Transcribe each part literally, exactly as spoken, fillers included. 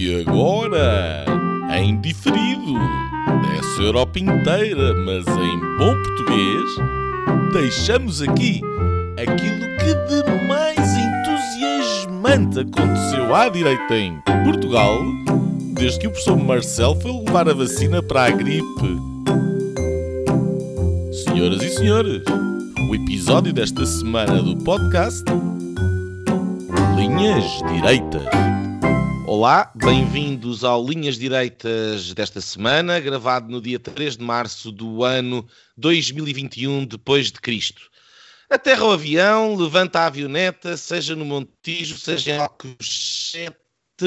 E agora, em diferido, dessa Europa inteira, mas em bom português, deixamos aqui aquilo que de mais entusiasmante aconteceu à direita em Portugal, desde que o professor Marcelo foi levar a vacina para a gripe. Senhoras e senhores, o episódio desta semana do podcast Linhas Direitas. Olá, bem-vindos ao Linhas Direitas desta semana, gravado no dia três de março do ano dois mil e vinte e um depois de Cristo. Aterra o avião, levanta a avioneta, seja no Montijo, seja em Alcochete.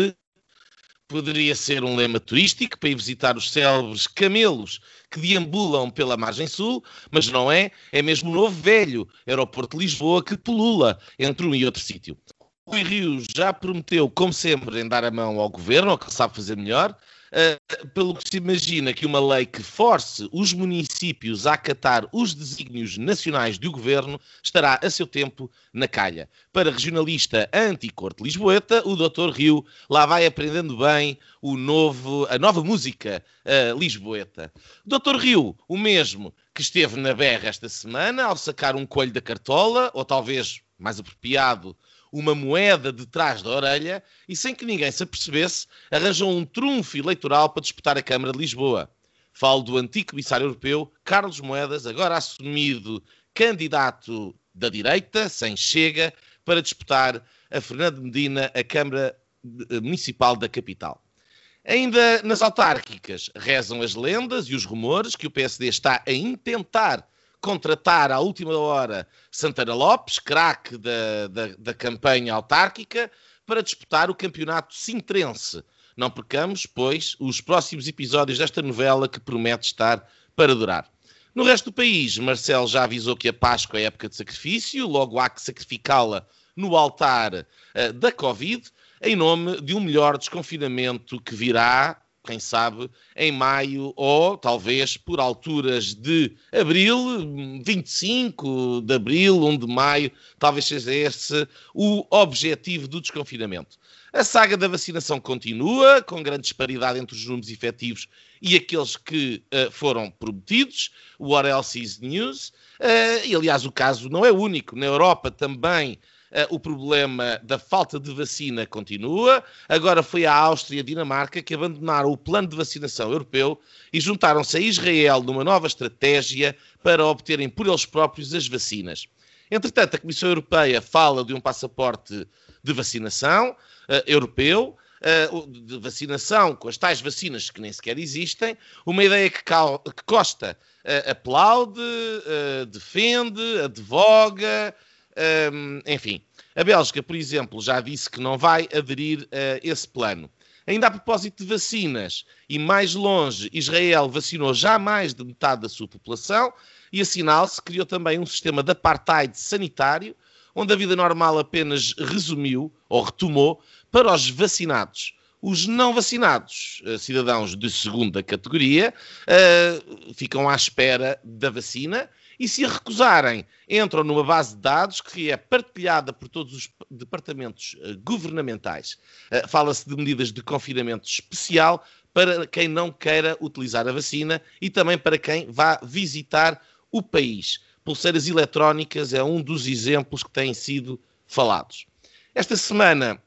Poderia ser um lema turístico para ir visitar os célebres camelos que deambulam pela margem sul, mas não é, é mesmo o novo velho aeroporto de Lisboa que pulula entre um e outro sítio. O Rui Rio já prometeu, como sempre, em dar a mão ao governo, ao que sabe fazer melhor, uh, pelo que se imagina que uma lei que force os municípios a acatar os desígnios nacionais do governo estará a seu tempo na calha. Para regionalista anti-corte lisboeta, o doutor Rio lá vai aprendendo bem o novo, a nova música uh, lisboeta. O doutor Rio, o mesmo que esteve na berra esta semana ao sacar um coelho da cartola, ou talvez, mais apropriado, uma moeda de trás da orelha e, sem que ninguém se apercebesse, arranjou um trunfo eleitoral para disputar a Câmara de Lisboa. Falo do antigo comissário europeu, Carlos Moedas, agora assumido candidato da direita, sem Chega, para disputar a Fernando Medina a Câmara Municipal da capital. Ainda nas autárquicas, rezam as lendas e os rumores que o P S D está a intentar contratar à última hora Santana Lopes, craque da, da, da campanha autárquica, para disputar o campeonato sintrense. Não percamos, pois, os próximos episódios desta novela que promete estar para durar. No resto do país, Marcelo já avisou que a Páscoa é época de sacrifício, logo há que sacrificá-la no altar uh, da Covid, em nome de um melhor desconfinamento que virá, quem sabe, em maio ou talvez por alturas de abril, vinte e cinco de abril, um de maio, talvez seja esse o objetivo do desconfinamento. A saga da vacinação continua, com grande disparidade entre os números efetivos e aqueles que uh, foram prometidos, o What Else is News, uh, e aliás o caso não é único, na Europa também. Uh, o problema da falta de vacina continua. Agora foi a Áustria e a Dinamarca que abandonaram o plano de vacinação europeu e juntaram-se a Israel numa nova estratégia para obterem por eles próprios as vacinas. Entretanto, a Comissão Europeia fala de um passaporte de vacinação uh, europeu, uh, de vacinação com as tais vacinas que nem sequer existem, uma ideia que, cal- que Costa uh, aplaude, uh, defende, advoga. Um, enfim, a Bélgica, por exemplo, já disse que não vai aderir a esse plano. Ainda a propósito de vacinas, e mais longe, Israel vacinou já mais de metade da sua população e, assinal-se, criou também um sistema de apartheid sanitário, onde a vida normal apenas resumiu, ou retomou, para os vacinados. Os não vacinados, cidadãos de segunda categoria, uh, ficam à espera da vacina. E se a recusarem, entram numa base de dados que é partilhada por todos os departamentos uh, governamentais. Uh, fala-se de medidas de confinamento especial para quem não queira utilizar a vacina e também para quem vá visitar o país. Pulseiras eletrónicas é um dos exemplos que têm sido falados. Esta semana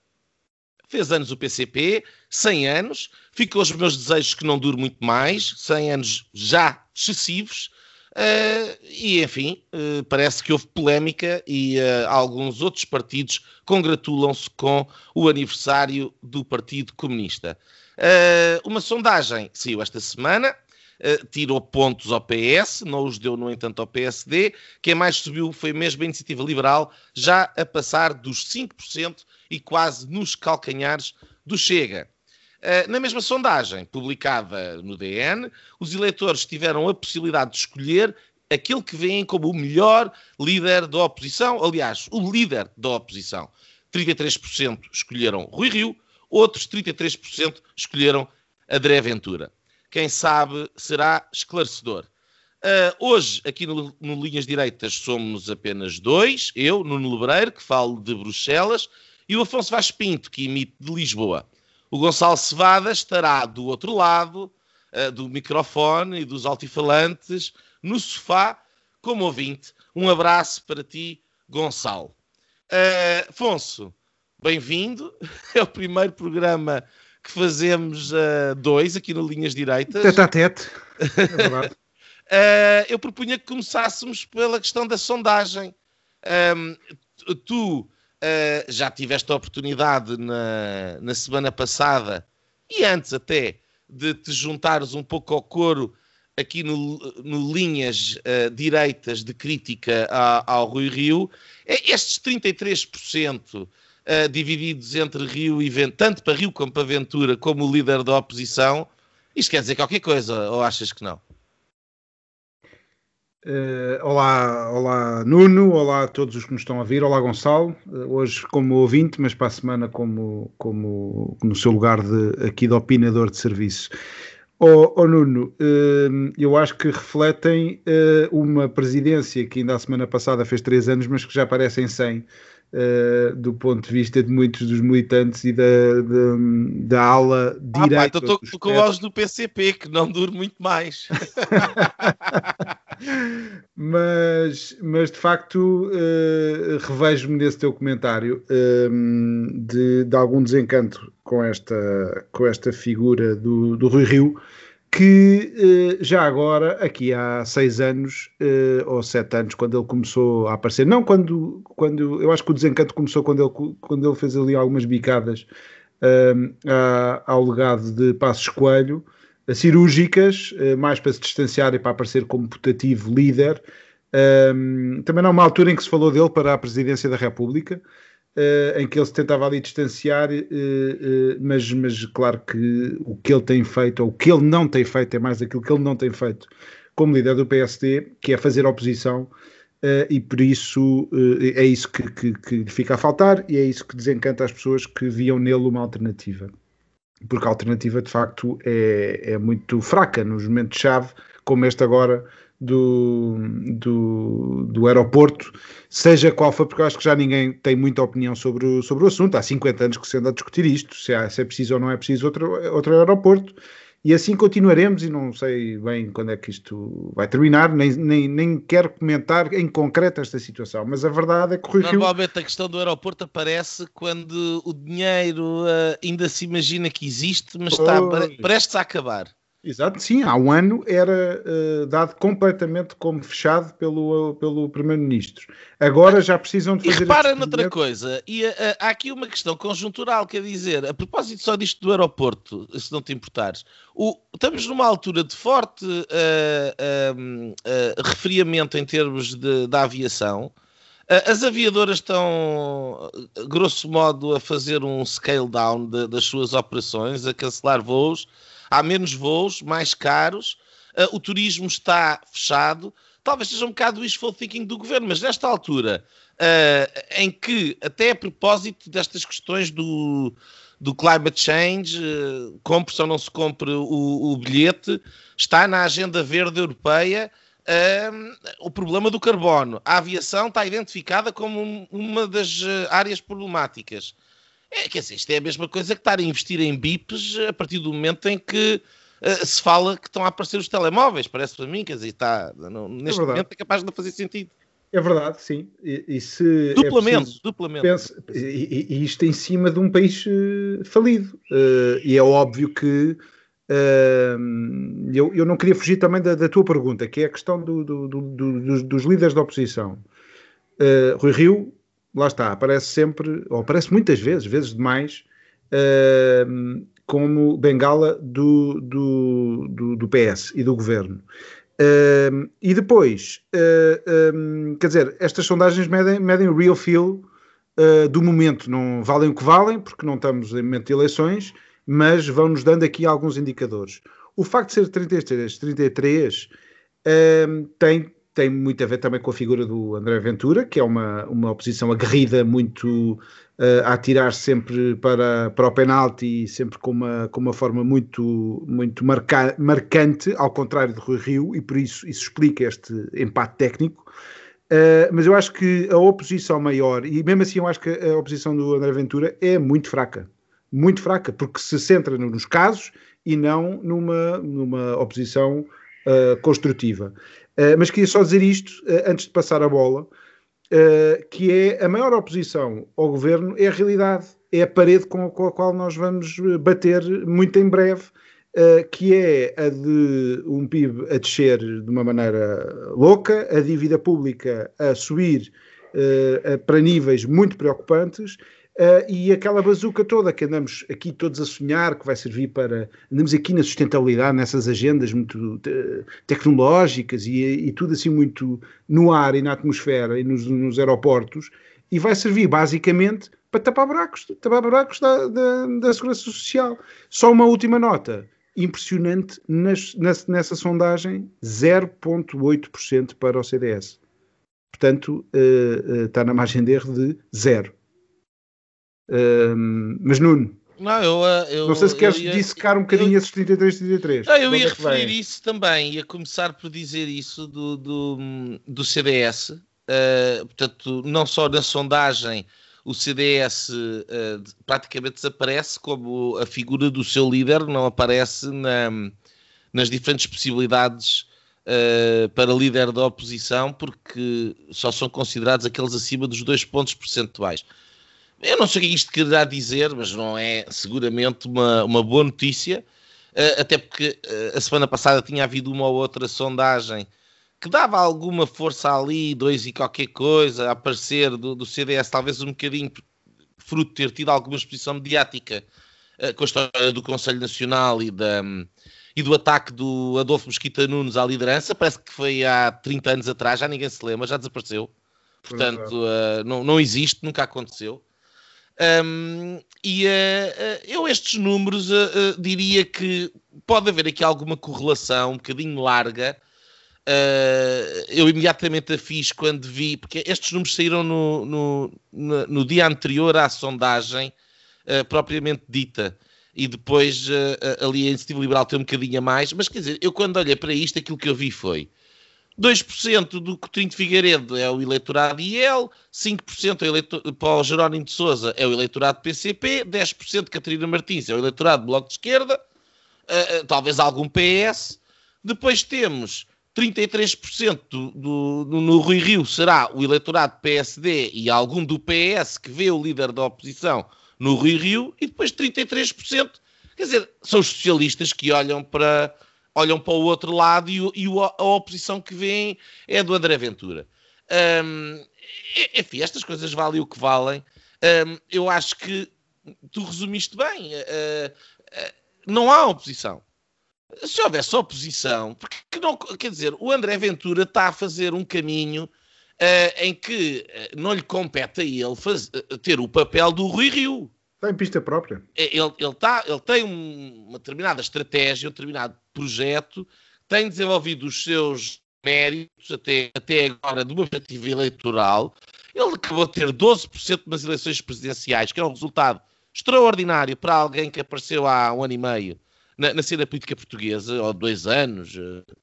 fez anos o P C P, cem anos. Ficam os meus desejos que não dure muito mais, cem anos já excessivos. Uh, e, enfim, uh, parece que houve polémica e uh, alguns outros partidos congratulam-se com o aniversário do Partido Comunista. Uh, uma sondagem saiu esta semana, uh, tirou pontos ao P S, não os deu, no entanto, ao P S D. Quem mais subiu foi mesmo a Iniciativa Liberal, já a passar dos cinco por cento e quase nos calcanhares do Chega. Uh, na mesma sondagem, publicada no D N, os eleitores tiveram a possibilidade de escolher aquele que veem como o melhor líder da oposição, aliás, o líder da oposição. trinta e três por cento escolheram Rui Rio, outros trinta e três por cento escolheram André Ventura. Quem sabe será esclarecedor. Uh, hoje, aqui no, no Linhas Direitas, somos apenas dois, eu, Nuno Lebreiro, que falo de Bruxelas, e o Afonso Vaz Pinto, que emite de Lisboa. O Gonçalo Cevada estará do outro lado uh, do microfone e dos altifalantes, no sofá, como ouvinte. Um abraço para ti, Gonçalo. Uh, Afonso, bem-vindo. É o primeiro programa que fazemos uh, dois aqui no Linhas Direitas. Tete a tete. É verdade. uh, eu propunha que começássemos pela questão da sondagem. Um, tu uh, já tiveste a oportunidade na, na semana passada e antes até de te juntares um pouco ao coro aqui no, no Linhas uh, Direitas de crítica a, ao Rui Rio. Estes trinta e três por cento uh, divididos entre Rio e Ventura, tanto para Rio como para Ventura, como o líder da oposição, isto quer dizer qualquer coisa, ou achas que não? Uh, olá, olá Nuno, olá a todos os que nos estão a ouvir, olá Gonçalo, uh, hoje como ouvinte, mas para a semana como, como no seu lugar de, aqui de opinador de serviço. Oh, oh Nuno, uh, eu acho que refletem uh, uma presidência que ainda a semana passada fez três anos, mas que já parecem cem, uh, do ponto de vista de muitos dos militantes e da, da, da ala direita. Ah, pá, estou com a voz do P C P, que não dure muito mais. mas, mas de facto uh, revejo-me nesse teu comentário uh, de, de algum desencanto com esta, com esta figura do, do Rui Rio, que uh, já agora, aqui há seis anos uh, ou sete anos, quando ele começou a aparecer, não quando, quando eu acho que o desencanto começou quando ele, quando ele fez ali algumas bicadas uh, a, ao legado de Passos Coelho, cirúrgicas, mais para se distanciar e para aparecer como putativo líder. Um, também não há uma altura em que se falou dele para a presidência da República, uh, em que ele se tentava ali distanciar, uh, uh, mas, mas claro que o que ele tem feito, ou o que ele não tem feito, é mais aquilo que ele não tem feito como líder do P S D, que é fazer oposição, uh, e por isso uh, é isso que, que, que lhe fica a faltar, e é isso que desencanta as pessoas que viam nele uma alternativa. Porque a alternativa, de facto, é, é muito fraca nos momentos-chave, como este agora do, do, do aeroporto, seja qual for, porque eu acho que já ninguém tem muita opinião sobre o, sobre o assunto. Há cinquenta anos que se anda a discutir isto, se, há, se é preciso ou não é preciso outro, outro aeroporto, e assim continuaremos, e não sei bem quando é que isto vai terminar, nem, nem, nem quero comentar em concreto esta situação, mas a verdade é que o Rui Rio... Normalmente a questão do aeroporto aparece quando o dinheiro uh, ainda se imagina que existe, mas oh, está prestes a acabar. Exato, sim, há um ano era uh, dado completamente como fechado pelo, pelo Primeiro-Ministro. Agora já precisam de fazer... E repara noutra coisa, e, uh, há aqui uma questão conjuntural, quer dizer, a propósito só disto do aeroporto, se não te importares, o, estamos numa altura de forte uh, uh, uh, refriamento em termos de, da aviação. Uh, as aviadoras estão, grosso modo, a fazer um scale down de, das suas operações, a cancelar voos. Há menos voos, mais caros, uh, o turismo está fechado, talvez seja um bocado o wishful thinking do governo, mas nesta altura, uh, em que, até a propósito destas questões do, do climate change, uh, compre-se ou não se compre o, o bilhete, está na agenda verde europeia uh, o problema do carbono. A aviação está identificada como um, uma das uh, áreas problemáticas. É, quer dizer, isto é a mesma coisa que estar a investir em B I Ps a partir do momento em que uh, se fala que estão a aparecer os telemóveis, parece para mim, quer dizer, está, não, neste é momento é capaz de não fazer sentido. É verdade, sim. E, e se duplamente, é preciso, duplamente. Pense, e, e isto em cima de um país uh, falido. Uh, e é óbvio que uh, eu, eu não queria fugir também da, da tua pergunta, que é a questão do, do, do, do, dos, dos líderes da oposição. Uh, Rui Rio, lá está, aparece sempre, ou aparece muitas vezes, vezes demais, uh, como bengala do, do, do, do P S e do governo. Uh, e depois, uh, um, quer dizer, estas sondagens medem, medem o real feel uh, do momento, não valem o que valem, porque não estamos em momento de eleições, mas vão-nos dando aqui alguns indicadores. O facto de ser trinta e três, trinta e três uh, tem... tem muito a ver também com a figura do André Ventura, que é uma, uma oposição aguerrida, muito uh, a atirar sempre para, para o penalti, sempre com uma, com uma forma muito, muito marca, marcante, ao contrário de Rui Rio, e por isso isso explica este empate técnico. Uh, mas eu acho que a oposição maior, e mesmo assim eu acho que a oposição do André Ventura é muito fraca. muito fraca, porque se centra nos casos e não numa, numa oposição uh, construtiva. Uh, mas queria só dizer isto, uh, antes de passar a bola, uh, que é a maior oposição ao governo é a realidade, é a parede com a, com a qual nós vamos bater muito em breve, uh, que é a de um P I B a descer de uma maneira louca, a dívida pública a subir uh, para níveis muito preocupantes, Uh, e aquela bazuca toda que andamos aqui todos a sonhar, que vai servir para... Andamos aqui na sustentabilidade, nessas agendas muito te- tecnológicas e, e tudo assim muito no ar e na atmosfera e nos, nos aeroportos, e vai servir basicamente para tapar buracos, tapar buracos da, da, da Segurança Social. Só uma última nota impressionante nas, nessa, nessa sondagem, zero vírgula oito por cento para o C D S. Portanto, uh, uh, está na margem de erro de zero. Um, mas Nuno, não, eu, eu, não sei se queres ia, dissecar um bocadinho eu, esses trinta e três, trinta e três. Não, eu ia referir vem? isso também, ia começar por dizer isso do, do, do C D S. Uh, portanto, não só na sondagem o C D S uh, praticamente desaparece, como a figura do seu líder não aparece na, nas diferentes possibilidades uh, para líder da oposição, porque só são considerados aqueles acima dos dois pontos percentuais. Eu não sei o que isto quererá dizer, mas não é seguramente uma, uma boa notícia, uh, até porque uh, a semana passada tinha havido uma ou outra sondagem que dava alguma força ali, dois e qualquer coisa, a aparecer do, do C D S, talvez um bocadinho fruto de ter tido alguma exposição mediática uh, com a história do Conselho Nacional e, da, um, e do ataque do Adolfo Mesquita Nunes à liderança. Parece que foi há trinta anos atrás, já ninguém se lembra, já desapareceu. Portanto, uh, não, não existe, nunca aconteceu. Um, e uh, uh, eu estes números uh, uh, diria que pode haver aqui alguma correlação um bocadinho larga. Uh, eu imediatamente a fiz quando vi, porque estes números saíram no, no, no, no dia anterior à sondagem uh, propriamente dita, e depois uh, ali a Iniciativa Liberal tem um bocadinho a mais, mas quer dizer, eu quando olhei para isto, aquilo que eu vi foi dois por cento do Coutinho de Figueiredo é o eleitorado I L, cinco por cento é o eleitor, para o Jerónimo de Sousa é o eleitorado P C P, dez por cento de Catarina Martins é o eleitorado do Bloco de Esquerda, uh, uh, talvez algum P S. Depois temos trinta e três por cento do, do, no Rui Rio será o eleitorado P S D e algum do P S que vê o líder da oposição no Rui Rio, e depois trinta e três por cento, quer dizer, são os socialistas que olham para... olham para o outro lado e, e a oposição que vêem é do André Ventura. Um, enfim, estas coisas valem o que valem. Um, eu acho que tu resumiste bem. Uh, uh, não há oposição. Se houvesse oposição, porque não, quer dizer, o André Ventura está a fazer um caminho uh, em que não lhe compete a ele faz, uh, ter o papel do Rui Rio. Está em pista própria. Ele, ele, tá, ele tem um, uma determinada estratégia, um determinado projeto, tem desenvolvido os seus méritos até, até agora de uma perspectiva eleitoral. Ele acabou de ter doze por cento nas eleições presidenciais, que é um resultado extraordinário para alguém que apareceu há um ano e meio na, na cena política portuguesa, ou dois anos.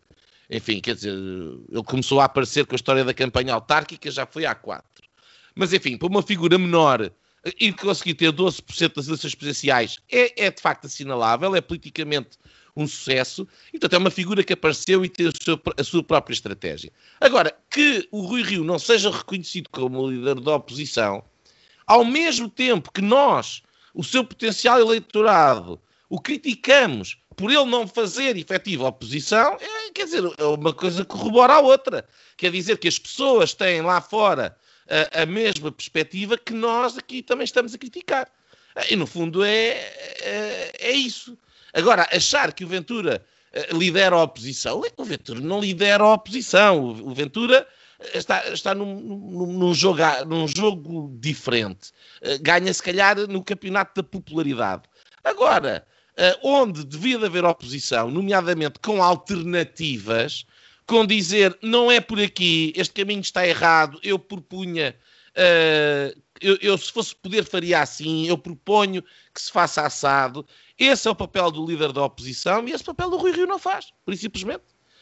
Enfim, quer dizer, ele começou a aparecer com a história da campanha autárquica, já foi há quatro. Mas enfim, para uma figura menor... e conseguir ter doze por cento das eleições presidenciais é, é de facto assinalável, é politicamente um sucesso, então é uma figura que apareceu e tem o seu, a sua própria estratégia. Agora, que o Rui Rio não seja reconhecido como líder da oposição, ao mesmo tempo que nós, o seu potencial eleitorado, o criticamos por ele não fazer efetiva oposição, é, quer dizer, é uma coisa que corrobora a outra. Quer dizer que as pessoas têm lá fora a, a mesma perspectiva que nós aqui também estamos a criticar. E, no fundo, é, é, é isso. Agora, achar que o Ventura lidera a oposição, o Ventura não lidera a oposição. O Ventura está, está num, num, num, jogo, num jogo diferente. Ganha, se calhar, no campeonato da popularidade. Agora, onde devia de haver oposição, nomeadamente com alternativas, com dizer, não é por aqui, este caminho está errado, eu propunha, uh, eu, eu se fosse poder faria assim, eu proponho que se faça assado. Esse é o papel do líder da oposição e esse papel do Rui Rio não faz, por simplesmente.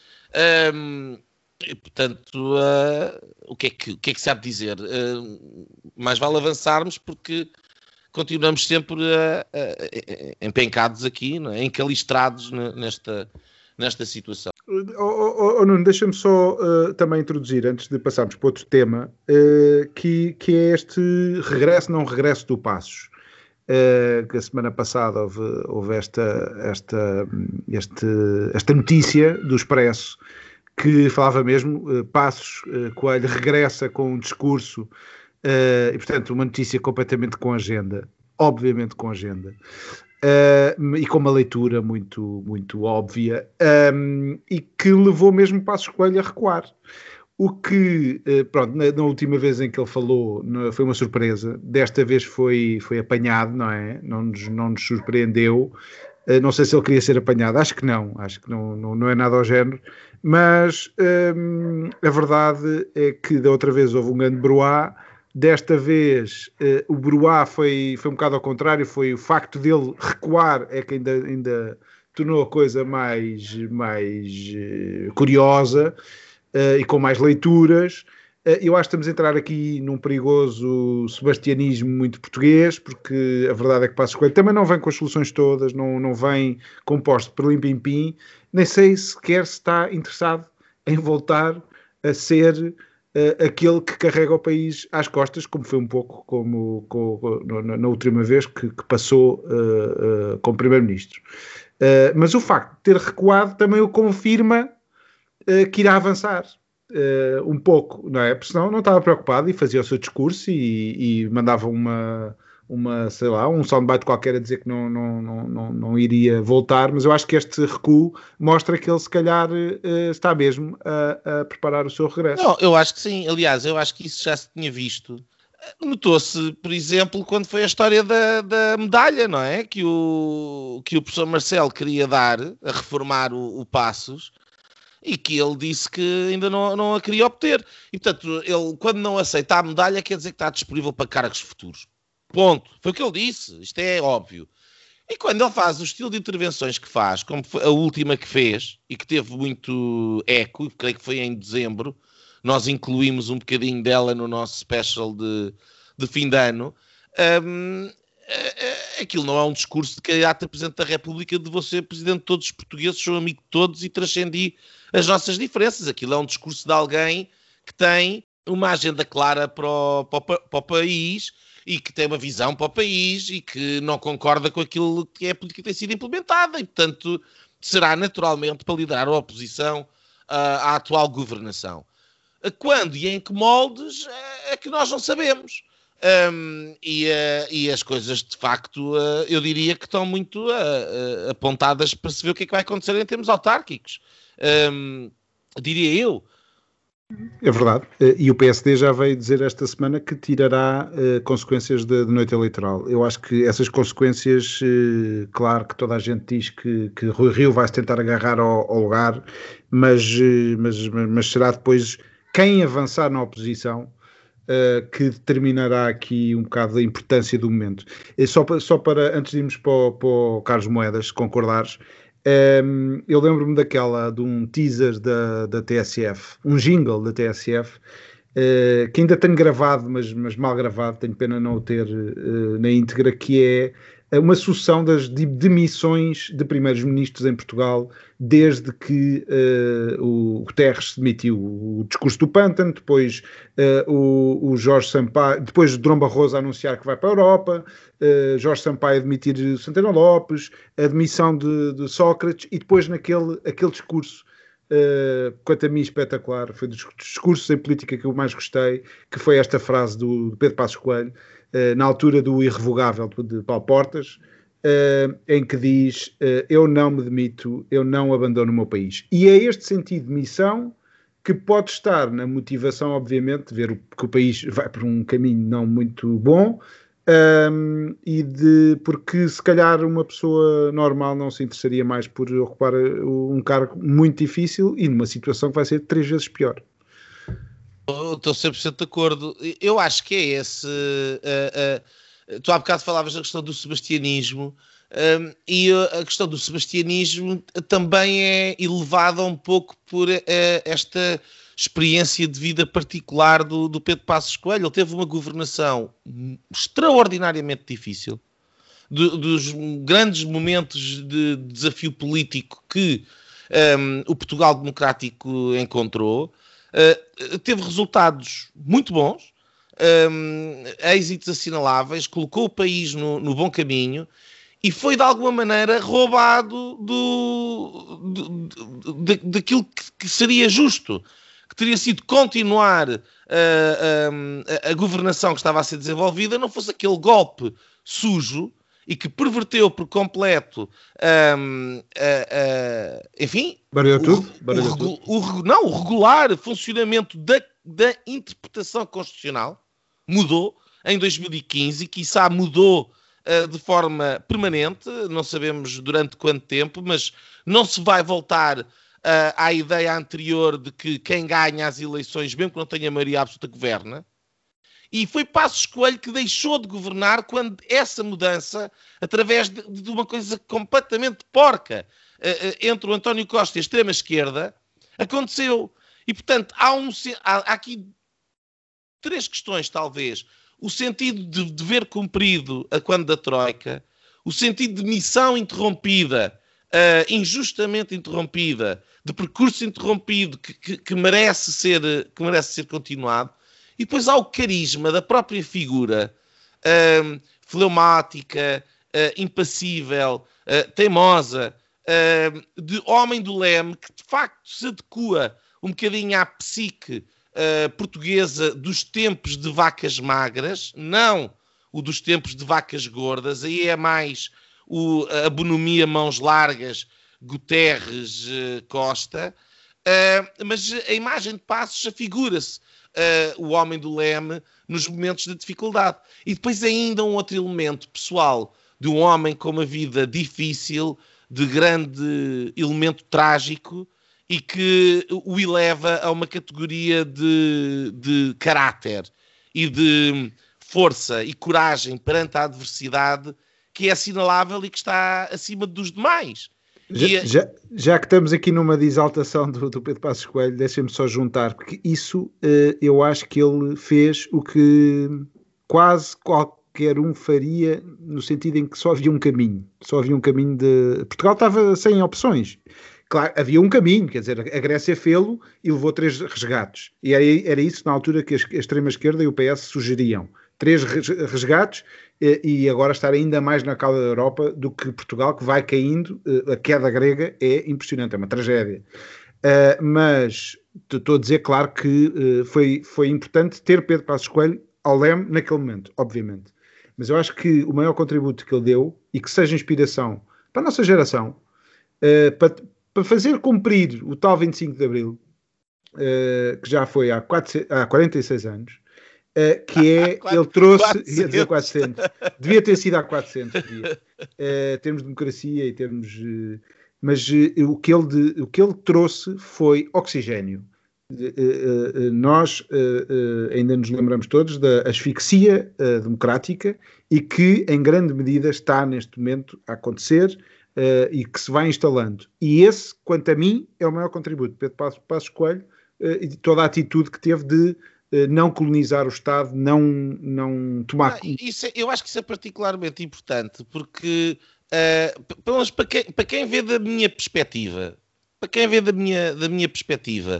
Um, e, portanto, uh, o, que é que, o que é que se há de dizer? Uh, mais vale avançarmos porque continuamos sempre a, a, a, empencados aqui, não é? Encalistrados nesta, nesta situação. Oh, oh, oh, Nuno, deixa-me só uh, também introduzir, antes de passarmos para outro tema, uh, que, que é este regresso, não regresso do Passos. Uh, que a semana passada houve, houve esta, esta, este, esta notícia do Expresso que falava mesmo, uh, Passos uh, Coelho regressa com um discurso uh, e, portanto, uma notícia completamente com agenda, obviamente com agenda, uh, e com uma leitura muito, muito óbvia, um, e que levou mesmo Passos Coelho a recuar. O que, pronto, na, na última vez em que ele falou foi uma surpresa, desta vez foi, foi apanhado, não é? Não nos, não nos surpreendeu, não sei se ele queria ser apanhado, acho que não, acho que não, não, não é nada ao género, mas hum, a verdade é que da outra vez houve um grande broá, desta vez uh, o broá foi, foi um bocado ao contrário, foi o facto dele recuar é que ainda, ainda tornou a coisa mais, mais uh, curiosa, Uh, e com mais leituras. Uh, eu acho que estamos a entrar aqui num perigoso sebastianismo muito português, porque a verdade é que Passos Coelho também não vem com as soluções todas, não, não vem composto por lim-pim-pim, nem sei sequer se está interessado em voltar a ser uh, aquele que carrega o país às costas, como foi um pouco como, como na, na última vez que, que passou uh, uh, como primeiro-ministro. Uh, mas o facto de ter recuado também o confirma que irá avançar uh, um pouco, não é? Porque senão não estava preocupado e fazia o seu discurso e, e mandava uma, uma, sei lá, um soundbite qualquer a dizer que não, não, não, não, não iria voltar, mas eu acho que este recuo mostra que ele se calhar uh, está mesmo a, a preparar o seu regresso. Não, eu acho que sim. Aliás, eu acho que isso já se tinha visto. Notou-se, por exemplo, quando foi a história da, da medalha, não é? Que o, que o professor Marcelo queria dar a reformar o, o Passos, e que ele disse que ainda não, não a queria obter. E, portanto, ele, quando não aceita a medalha, quer dizer que está disponível para cargos futuros. Ponto. Foi o que ele disse. Isto é óbvio. E quando ele faz o estilo de intervenções que faz, como foi a última que fez, e que teve muito eco, creio que foi em dezembro, nós incluímos um bocadinho dela no nosso special de, de fim de ano, hum, aquilo não é um discurso de candidato a Presidente da República de você, Presidente de todos os portugueses, sou amigo de todos e transcendi as nossas diferenças. Aquilo é um discurso de alguém que tem uma agenda clara para o, para, o, para o país e que tem uma visão para o país e que não concorda com aquilo que é a política que tem sido implementada e, portanto, será naturalmente para liderar a oposição uh, à atual governação. Quando e em que moldes é que nós não sabemos. Um, e, uh, e as coisas de facto uh, eu diria que estão muito uh, uh, apontadas para se ver o que é que vai acontecer em termos autárquicos, um, diria eu. É verdade, e o P S D já veio dizer esta semana que tirará uh, consequências de, de noite eleitoral. Eu acho que essas consequências, uh, claro que toda a gente diz que, que Rui Rio vai se tentar agarrar ao, ao lugar, mas, uh, mas, mas será depois quem avançar na oposição Uh, que determinará aqui um bocado da importância do momento. E só, para, só para, antes de irmos para o, para o Carlos Moedas, se concordares, um, eu lembro-me daquela, de um teaser da, da T S F, um jingle da T S F, uh, que ainda tenho gravado, mas, mas mal gravado, tenho pena não o ter uh, na íntegra, que é uma sucessão das demissões de primeiros ministros em Portugal desde que uh, o Guterres se demitiu. O discurso do pântano, depois uh, o, o Jorge Sampaio, depois o Durão Barroso a anunciar que vai para a Europa, uh, Jorge Sampaio a demitir Santana Lopes, a demissão de, de Sócrates e depois naquele aquele discurso, uh, quanto a mim espetacular, foi dos discursos em política que eu mais gostei, que foi esta frase do, do Pedro Passos Coelho, na altura do irrevogável de Paulo Portas, uh, em que diz uh, eu não me demito, eu não abandono o meu país. E é este sentido de missão que pode estar na motivação, obviamente, de ver que o país vai por um caminho não muito bom, um, e de, porque se calhar uma pessoa normal não se interessaria mais por ocupar um cargo muito difícil e numa situação que vai ser três vezes pior. Estou cem por cento de acordo. Eu acho que é esse... Uh, uh, tu há bocado falavas da questão do sebastianismo, um, e a questão do sebastianismo também é elevada um pouco por uh, esta experiência de vida particular do, do Pedro Passos Coelho. Ele teve uma governação extraordinariamente difícil, de, dos grandes momentos de desafio político que um, o Portugal democrático encontrou. Uh, teve resultados muito bons, um, êxitos assinaláveis, colocou o país no, no bom caminho e foi de alguma maneira roubado do, do, do, do, daquilo que, que seria justo, que teria sido continuar uh, a, a, a governação que estava a ser desenvolvida, não fosse aquele golpe sujo e que perverteu por completo, um, uh, uh, enfim, barulhou tudo, o, barulhou o, tudo. O, o, não, o regular funcionamento da, da interpretação constitucional mudou em dois mil e quinze e, quiçá, mudou uh, de forma permanente, não sabemos durante quanto tempo, mas não se vai voltar uh, à ideia anterior de que quem ganha as eleições, mesmo que não tenha maioria absoluta, governa. E foi Passos Coelho que deixou de governar quando essa mudança, através de, de uma coisa completamente porca, uh, uh, entre o António Costa e a extrema-esquerda, aconteceu. E, portanto, há, um, há, há aqui três questões, talvez. O sentido de dever cumprido a quando da Troika, o sentido de missão interrompida, uh, injustamente interrompida, de percurso interrompido que, que, que, merece ser, que merece ser continuado. E depois há o carisma da própria figura, uh, fleumática, uh, impassível, uh, teimosa, uh, de homem do leme, que de facto se adequa um bocadinho à psique uh, portuguesa dos tempos de vacas magras, não o dos tempos de vacas gordas, aí é mais o, a bonomia mãos largas, Guterres, uh, Costa, uh, mas a imagem de Passos afigura-se. Uh, o homem do leme nos momentos de dificuldade. E depois ainda um outro elemento pessoal de um homem com uma vida difícil, de grande elemento trágico e que o eleva a uma categoria de, de caráter e de força e coragem perante a adversidade que é assinalável e que está acima dos demais. Já, e, já, já que estamos aqui numa de exaltação do, do Pedro Passos Coelho, deixem-me só juntar, porque isso uh, eu acho que ele fez o que quase qualquer um faria, no sentido em que só havia um caminho, só havia um caminho de... Portugal estava sem opções. Claro, havia um caminho, quer dizer, a Grécia fê-lo e levou três resgates. E era, era isso na altura que a extrema-esquerda e o P S sugeriam. Três resgates e agora estar ainda mais na cauda da Europa do que Portugal, que vai caindo. A queda grega é impressionante, é uma tragédia. Mas estou a dizer, claro, que foi, foi importante ter Pedro Passos Coelho ao leme naquele momento, obviamente. Mas eu acho que o maior contributo que ele deu, e que seja inspiração para a nossa geração, para, para fazer cumprir o tal vinte e cinco de Abril, que já foi há, quatro, há quarenta e seis anos, Uh, que é, ele trouxe, quatrocentos. Ia dizer quatrocentos, devia ter sido há quatrocentos, devia, uh, termos democracia e termos, uh, mas uh, o, que ele de, o que ele trouxe foi oxigênio. Uh, uh, uh, nós uh, uh, ainda nos lembramos todos da asfixia uh, democrática e que em grande medida está neste momento a acontecer uh, e que se vai instalando. E esse, quanto a mim, é o maior contributo. Pedro Passos Coelho uh, e toda a atitude que teve de não colonizar o Estado, não, não tomar... Ah, isso é, eu acho que isso é particularmente importante, porque uh, pelo menos para quem, para quem vê da minha perspectiva, para quem vê da minha, da minha perspectiva,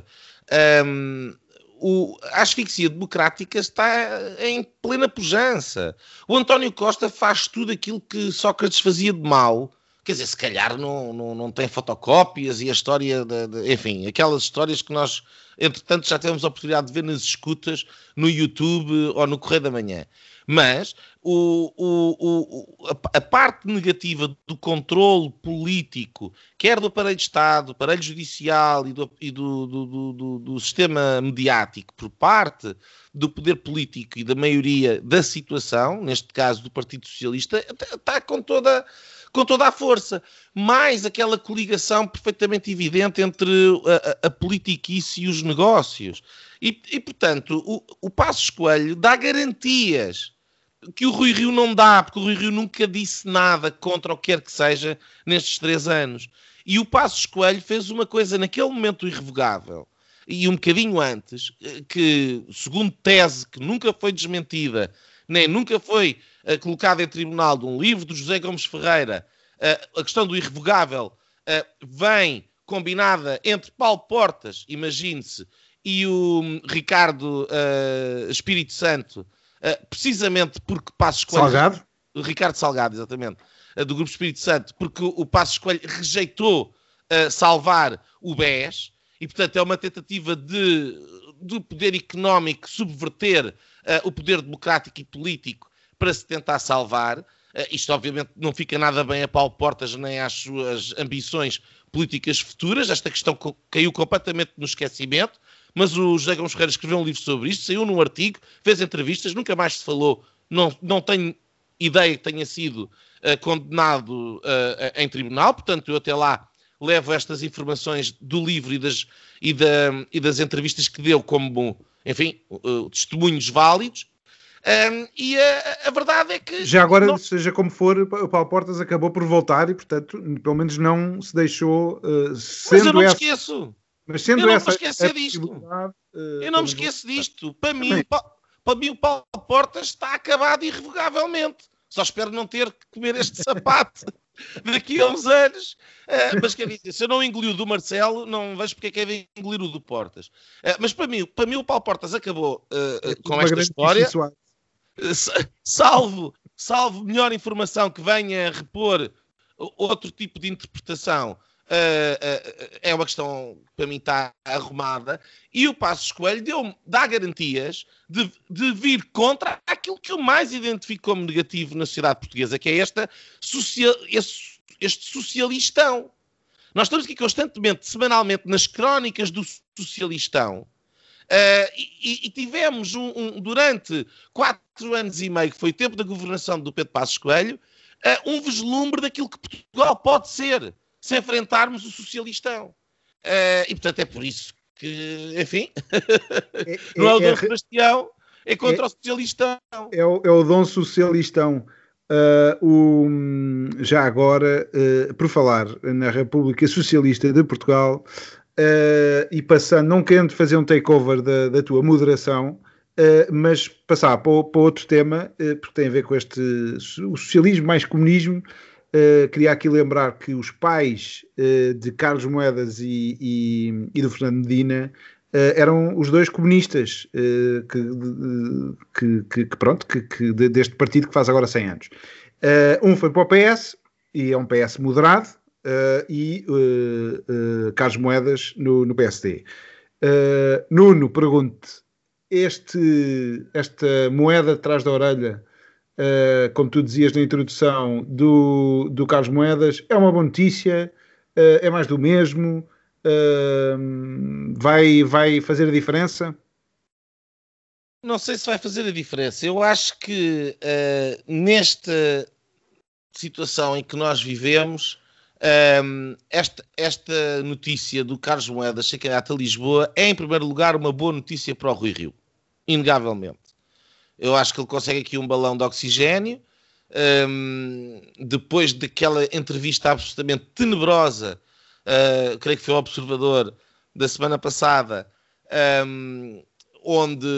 um, o, a asfixia democrática está em plena pujança. O António Costa faz tudo aquilo que Sócrates fazia de mal. Quer dizer, se calhar não, não, não tem fotocópias e a história, de, de, enfim, aquelas histórias que nós, entretanto, já temos a oportunidade de ver nas escutas no YouTube ou no Correio da Manhã. Mas o, o, o, a, a parte negativa do controle político, quer do aparelho de Estado, do aparelho judicial e do, e do, do, do, do, do sistema mediático, por parte do poder político e da maioria da situação, neste caso do Partido Socialista, está com toda... com toda a força, mais aquela coligação perfeitamente evidente entre a, a, a politiquice e os negócios. E, e portanto, o, o Passos Coelho dá garantias que o Rui Rio não dá, porque o Rui Rio nunca disse nada contra o que quer que seja nestes três anos. E o Passos Coelho fez uma coisa naquele momento irrevogável, e um bocadinho antes, que, segundo tese que nunca foi desmentida, nem nunca foi uh, colocada em tribunal, de um livro do José Gomes Ferreira, uh, a questão do irrevogável uh, vem combinada entre Paulo Portas, imagine-se, e o um, Ricardo uh, Espírito Santo, uh, precisamente porque Passos Coelho... Salgado? Ricardo Salgado, exatamente, uh, do Grupo Espírito Santo, porque o, o Passos Coelho rejeitou uh, salvar o B E S, e, portanto, é uma tentativa de, de poder económico subverter uh, o poder democrático e político para se tentar salvar. Uh, isto, obviamente, não fica nada bem a Paulo Portas nem às suas ambições políticas futuras. Esta questão co- caiu completamente no esquecimento, mas o José Gomes Ferreira escreveu um livro sobre isto, saiu num artigo, fez entrevistas, nunca mais se falou, não, não tenho ideia que tenha sido uh, condenado uh, em tribunal, portanto, eu até lá levo estas informações do livro e das, e da, e das entrevistas que deu como, enfim, uh, testemunhos válidos. Um, e a, a verdade é que... Já agora, não... seja como for, o Paulo Portas acabou por voltar e, portanto, pelo menos não se deixou... Uh, sendo Mas eu não me essa, esqueço. mas sendo eu não essa me esquecer disto. Uh, eu não me esqueço disto. Para mim, o Pa- para mim, o Paulo Portas está acabado irrevogavelmente. Só espero não ter que comer este sapato daqui a uns anos. Uh, mas quer dizer, se eu não engoli o do Marcelo, não vejo porque é que é de engolir o do Portas. Uh, mas para mim, para mim, o Paulo Portas acabou uh, uh, com esta história. Uh, salvo, salvo melhor informação que venha a repor outro tipo de interpretação. Uh, uh, é uma questão que para mim está arrumada, e o Passos Coelho deu, dá garantias de, de vir contra aquilo que eu mais identifico como negativo na sociedade portuguesa, que é esta social, este, este socialistão. Nós estamos aqui constantemente, semanalmente, nas crónicas do socialistão, uh, e, e tivemos um, um, durante quatro anos e meio, que foi o tempo da governação do Pedro Passos Coelho, uh, um vislumbre daquilo que Portugal pode ser se enfrentarmos o socialistão. Uh, e, portanto, é por isso que, enfim, é, não é o Dom é, Sebastião, é contra é, o socialistão. É o, é o Dom Socialistão. Uh, o, já agora, uh, por falar na República Socialista de Portugal, uh, e passando, não querendo fazer um takeover da, da tua moderação, uh, mas passar para, para outro tema, uh, porque tem a ver com este, o socialismo mais comunismo. Uh, queria aqui lembrar que os pais uh, de Carlos Moedas e, e, e do Fernando Medina uh, eram os dois comunistas uh, que, que, que, que, pronto, que, que deste partido que faz agora cem anos. Uh, um foi para o P S, e é um P S moderado, uh, e uh, uh, Carlos Moedas no, no P S D. Uh, Nuno, pergunto-te, este, esta moeda atrás da orelha, Uh, como tu dizias na introdução, do, do Carlos Moedas, é uma boa notícia, uh, é mais do mesmo, uh, vai, vai fazer a diferença? Não sei se vai fazer a diferença. Eu acho que uh, nesta situação em que nós vivemos, um, esta, esta notícia do Carlos Moedas ser candidato a Lisboa é, em primeiro lugar, uma boa notícia para o Rui Rio, inegavelmente. Eu acho que ele consegue aqui um balão de oxigênio. Um, depois daquela entrevista absolutamente tenebrosa, uh, creio que foi o Observador da semana passada, um, onde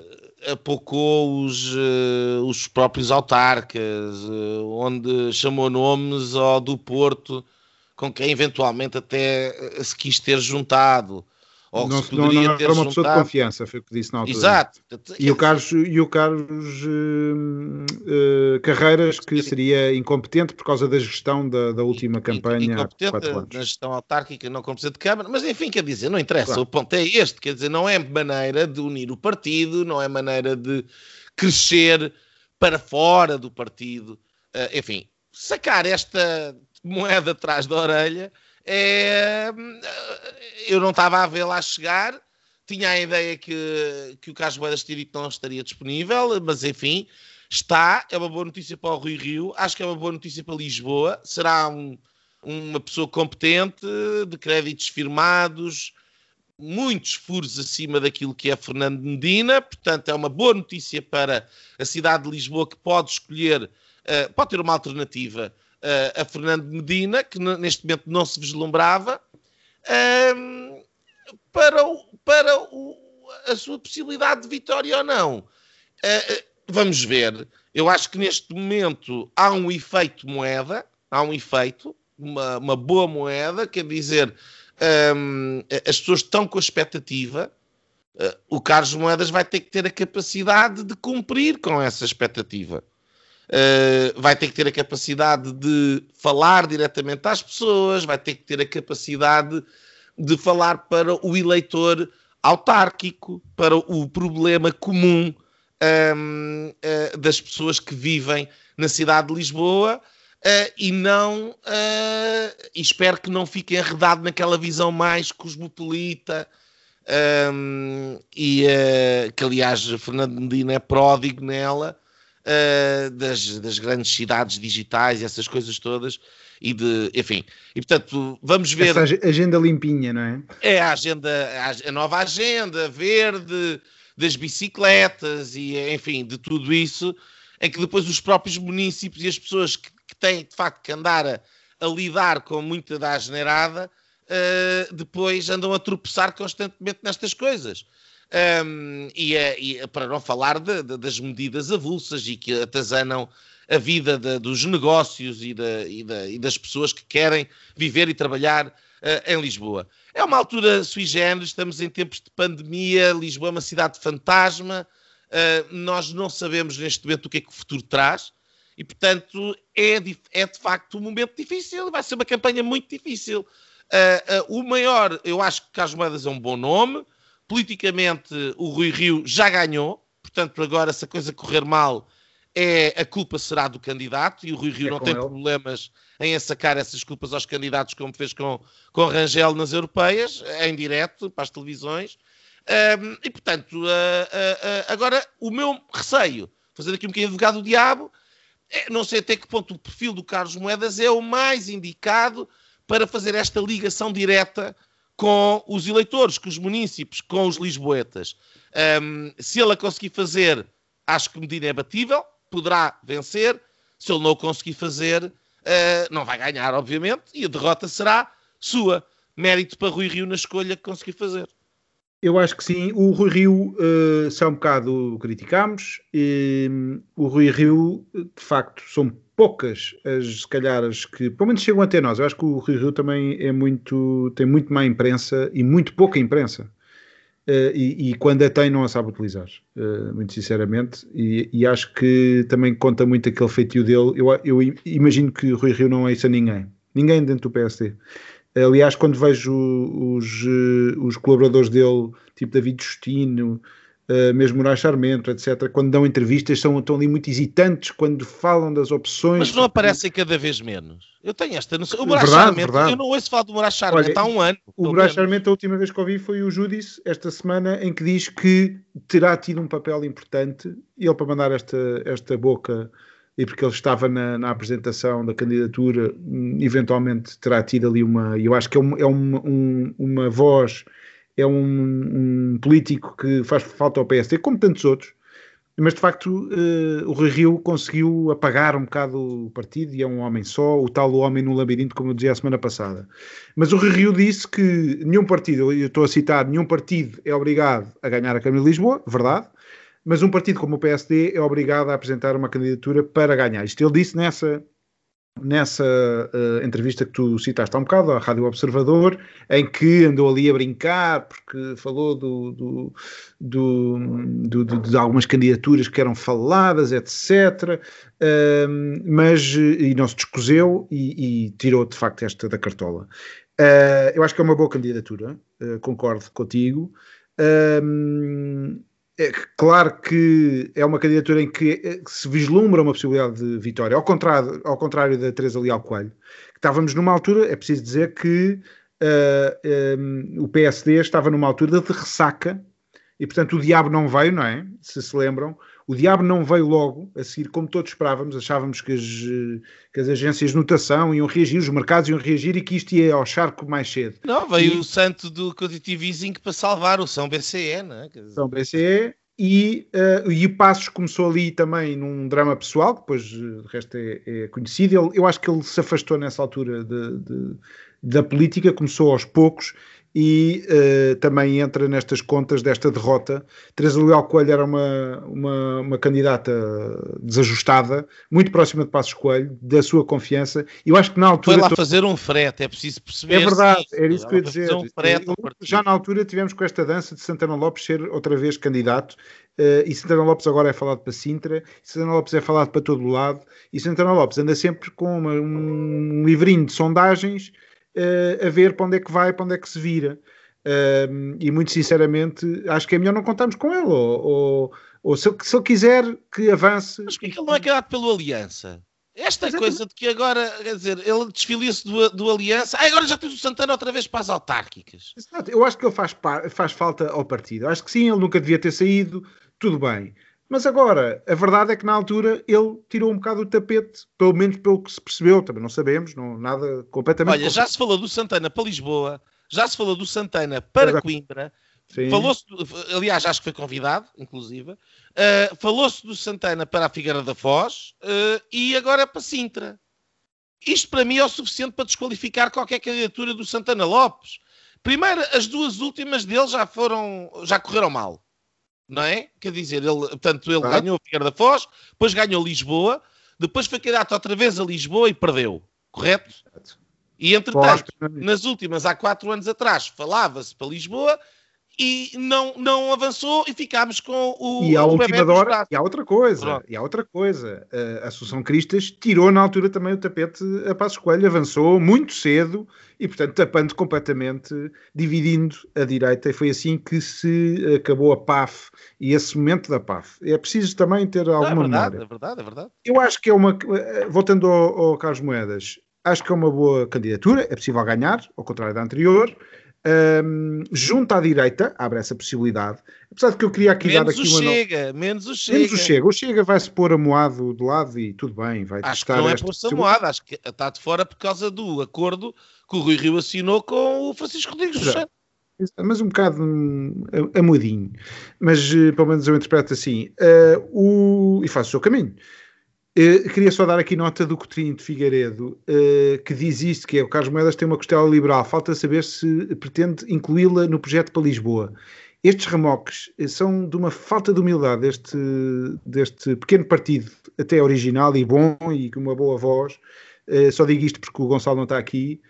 apocou os, uh, os próprios autarcas, uh, onde chamou nomes ao do Porto, com quem eventualmente até se quis ter juntado. Ou não, se poderia não, não ter era uma juntado. pessoa de confiança, foi o que disse na altura. Exato. E o Carlos, e o Carlos uh, uh, Carreiras, que seria incompetente por causa da gestão da, da última campanha. Incompetente na gestão autárquica, não como presidente de Câmara, mas enfim, quer dizer, não interessa, claro. O ponto é este, quer dizer, não é maneira de unir o partido, não é maneira de crescer para fora do partido, uh, enfim, sacar esta moeda atrás da orelha. É, eu não estava a vê-la chegar, tinha a ideia que, que o Carlos Moedas tinha dito que não estaria disponível, mas enfim, está, é uma boa notícia para o Rui Rio, acho que é uma boa notícia para Lisboa, será um, uma pessoa competente, de créditos firmados, muitos furos acima daquilo que é Fernando Medina, portanto é uma boa notícia para a cidade de Lisboa, que pode escolher, uh, pode ter uma alternativa Uh, a Fernando Medina, que n- neste momento não se vislumbrava. Um, para, o, para o, a sua possibilidade de vitória ou não. Uh, vamos ver. Eu acho que neste momento há um efeito moeda, há um efeito, uma, uma boa moeda, quer dizer, um, as pessoas estão com a expectativa, uh, o Carlos Moedas vai ter que ter a capacidade de cumprir com essa expectativa. Uh, vai ter que ter a capacidade de falar diretamente às pessoas, vai ter que ter a capacidade de falar para o eleitor autárquico, para o problema comum um, uh, das pessoas que vivem na cidade de Lisboa uh, e não, uh, e espero que não fique enredado naquela visão mais cosmopolita um, e uh, que aliás Fernando Medina é pródigo nela. Uh, das, das grandes cidades digitais e essas coisas todas e de, enfim, e portanto vamos ver essa agenda limpinha, não é? É a agenda, a nova agenda verde das bicicletas e enfim, de tudo isso, em que depois os próprios municípios e as pessoas que, que têm de facto que andar a, a lidar com muita da asneirada uh, depois andam a tropeçar constantemente nestas coisas. Um, e, e para não falar de, de, das medidas avulsas e que atazanam a vida de, dos negócios e, de, e, de, e das pessoas que querem viver e trabalhar uh, em Lisboa. É uma altura sui generis, estamos em tempos de pandemia, Lisboa é uma cidade fantasma, uh, nós não sabemos neste momento o que é que o futuro traz e, portanto, é, é de facto um momento difícil, vai ser uma campanha muito difícil. Uh, uh, o maior, eu acho que Carlos Moedas é um bom nome. Politicamente, o Rui Rio já ganhou, portanto, agora, se a coisa correr mal, é, a culpa será do candidato, e o Rui Rio é não tem ele. problemas em assacar essas culpas aos candidatos, como fez com, com Rangel nas europeias, em direto, para as televisões. Um, e, portanto, uh, uh, uh, agora, o meu receio, fazendo aqui um bocadinho de advogado do diabo, é, não sei até que ponto o perfil do Carlos Moedas é o mais indicado para fazer esta ligação direta com os eleitores, com os munícipes, com os lisboetas. Um, se ele a conseguir fazer, acho que Medina é batível, poderá vencer. Se ele não o conseguir fazer, uh, não vai ganhar, obviamente, e a derrota será sua. Mérito para Rui Rio na escolha que conseguir fazer. Eu acho que sim. O Rui Rio, uh, só um bocado criticámos. E, um, o Rui Rio, de facto, são poucas as, se calhar, as que, pelo menos chegam até nós. Eu acho que o Rui Rio também é muito, tem muito má imprensa e muito pouca imprensa. Uh, e, e quando a tem, não a sabe utilizar, uh, muito sinceramente. E, e acho que também conta muito aquele feitio dele. Eu, eu imagino que o Rui Rio não é isso a ninguém. Ninguém dentro do P S D. Aliás, quando vejo os, os colaboradores dele, tipo David Justino, uh, mesmo Moraes Sarmento, etcétera, quando dão entrevistas, são, estão ali muito hesitantes quando falam das opções. Mas não aparecem cada vez menos. Eu tenho esta noção. O Moraes verdade, Sarmento, verdade. eu não ouço falar do Moraes Sarmento há um ano. O Moraes Sarmento, a última vez que ouvi foi o Júdice, esta semana, em que diz que terá tido um papel importante, e ele para mandar esta, esta boca, e porque ele estava na, na apresentação da candidatura, eventualmente terá tido ali uma, eu acho que é, um, é uma, um, uma voz, é um, um político que faz falta ao P S D, como tantos outros, mas de facto uh, o Rui Rio conseguiu apagar um bocado o partido, e é um homem só, o tal homem no labirinto, como eu dizia a semana passada. Mas o Rui Rio disse que nenhum partido, eu estou a citar, nenhum partido é obrigado a ganhar a Câmara de Lisboa, verdade, mas um partido como o P S D é obrigado a apresentar uma candidatura para ganhar. Isto ele disse nessa, nessa uh, entrevista que tu citaste há um bocado, à Rádio Observador, em que andou ali a brincar, porque falou do, do, do, do, do, de algumas candidaturas que eram faladas, etcétera. Uh, mas, e não se descoseu e, e tirou de facto esta da cartola. Uh, eu acho que é uma boa candidatura, uh, concordo contigo. Uh, É claro que é uma candidatura em que se vislumbra uma possibilidade de vitória, ao contrário, ao contrário da Teresa Leal Coelho, que estávamos numa altura, é preciso dizer que uh, um, o P S D estava numa altura de ressaca, e portanto o diabo não veio, não é? Se se lembram, o diabo não veio logo a seguir, como todos esperávamos, achávamos que as, que as agências de notação iam reagir, os mercados iam reagir e que isto ia ao charco mais cedo. Não, veio e, o santo do Quantitative Easing para salvar o São B C E, não é? Quer dizer... São B C E, e, uh, e o Passos começou ali também num drama pessoal, que depois de resto é, é conhecido. Ele, eu acho que ele se afastou nessa altura de, de, da política, começou aos poucos, e uh, também entra nestas contas desta derrota. Teresa Leal Coelho era uma, uma, uma candidata desajustada, muito próxima de Passos Coelho, da sua confiança. Eu acho que na altura... Foi lá fazer um frete, é preciso perceber. É verdade, era isso que eu ia dizer. Um frete, já na altura tivemos com esta dança de Santana Lopes ser outra vez candidato, uh, e Santana Lopes agora é falado para Sintra, Santana Lopes é falado para todo o lado, e Santana Lopes anda sempre com uma, um livrinho de sondagens uh, a ver para onde é que vai, para onde é que se vira. Uh, e muito sinceramente acho que é melhor não contarmos com ele, ou, ou, ou se, se ele quiser que avance. Mas porquê que ele não é candidato pelo Aliança? Esta Exatamente. Coisa de que agora, quer dizer, ele desfilia-se do, do Aliança, ah, agora já tens o Santana outra vez para as autárquicas. Exato. Eu acho que ele faz, faz falta ao partido, acho que sim, ele nunca devia ter saído, tudo bem. Mas agora, a verdade é que na altura ele tirou um bocado o tapete, pelo menos pelo que se percebeu, também não sabemos, não, nada completamente... Olha, já se falou do Santana para Lisboa, já se falou do Santana para Exato. Coimbra, Sim. falou-se, aliás, acho que foi convidado, inclusive, uh, falou-se do Santana para a Figueira da Foz uh, e agora para Sintra. Isto para mim é o suficiente para desqualificar qualquer candidatura do Santana Lopes. Primeiro, as duas últimas dele já foram, já correram mal. Não é? Quer dizer, ele, portanto, ele ah. ganhou a Figueira da Foz, depois ganhou Lisboa, depois foi candidato outra vez a Lisboa e perdeu. Correto? E, entretanto, nas últimas, há quatro anos atrás, falava-se para Lisboa e não, não avançou e ficámos com o E à o última hora, e há outra coisa, Pronto. e há outra coisa. A Associação Cristas tirou na altura também o tapete a Passos Coelho, avançou muito cedo e, portanto, tapando completamente, dividindo a direita, e foi assim que se acabou a P A F e esse momento da P A F. É preciso também ter alguma não, é verdade, memória. É verdade, é verdade. Eu acho que é uma... Voltando ao, ao Carlos Moedas, acho que é uma boa candidatura, é possível ganhar, ao contrário da anterior. Um, junto à direita, abre essa possibilidade. Apesar de que eu queria aqui menos dar aqui o uma... Chega, no... menos o Chega. Menos o Chega. O Chega vai-se pôr amoado de lado e tudo bem. Vai acho que não é por-se amoado, acho que está de fora por causa do acordo que o Rui Rio assinou com o Francisco Rodrigues dos Santos. Mas um bocado um, amoadinho. Mas uh, pelo menos eu interpreto assim. Uh, o... E faço o seu caminho. Uh, queria só dar aqui nota do Coutinho de Figueiredo, uh, que diz isto, que é o Carlos Moedas tem uma costela liberal, falta saber se pretende incluí-la no projeto para Lisboa. Estes remoques são de uma falta de humildade deste, deste pequeno partido, até original e bom e com uma boa voz. Uh, só digo isto porque o Gonçalo não está aqui.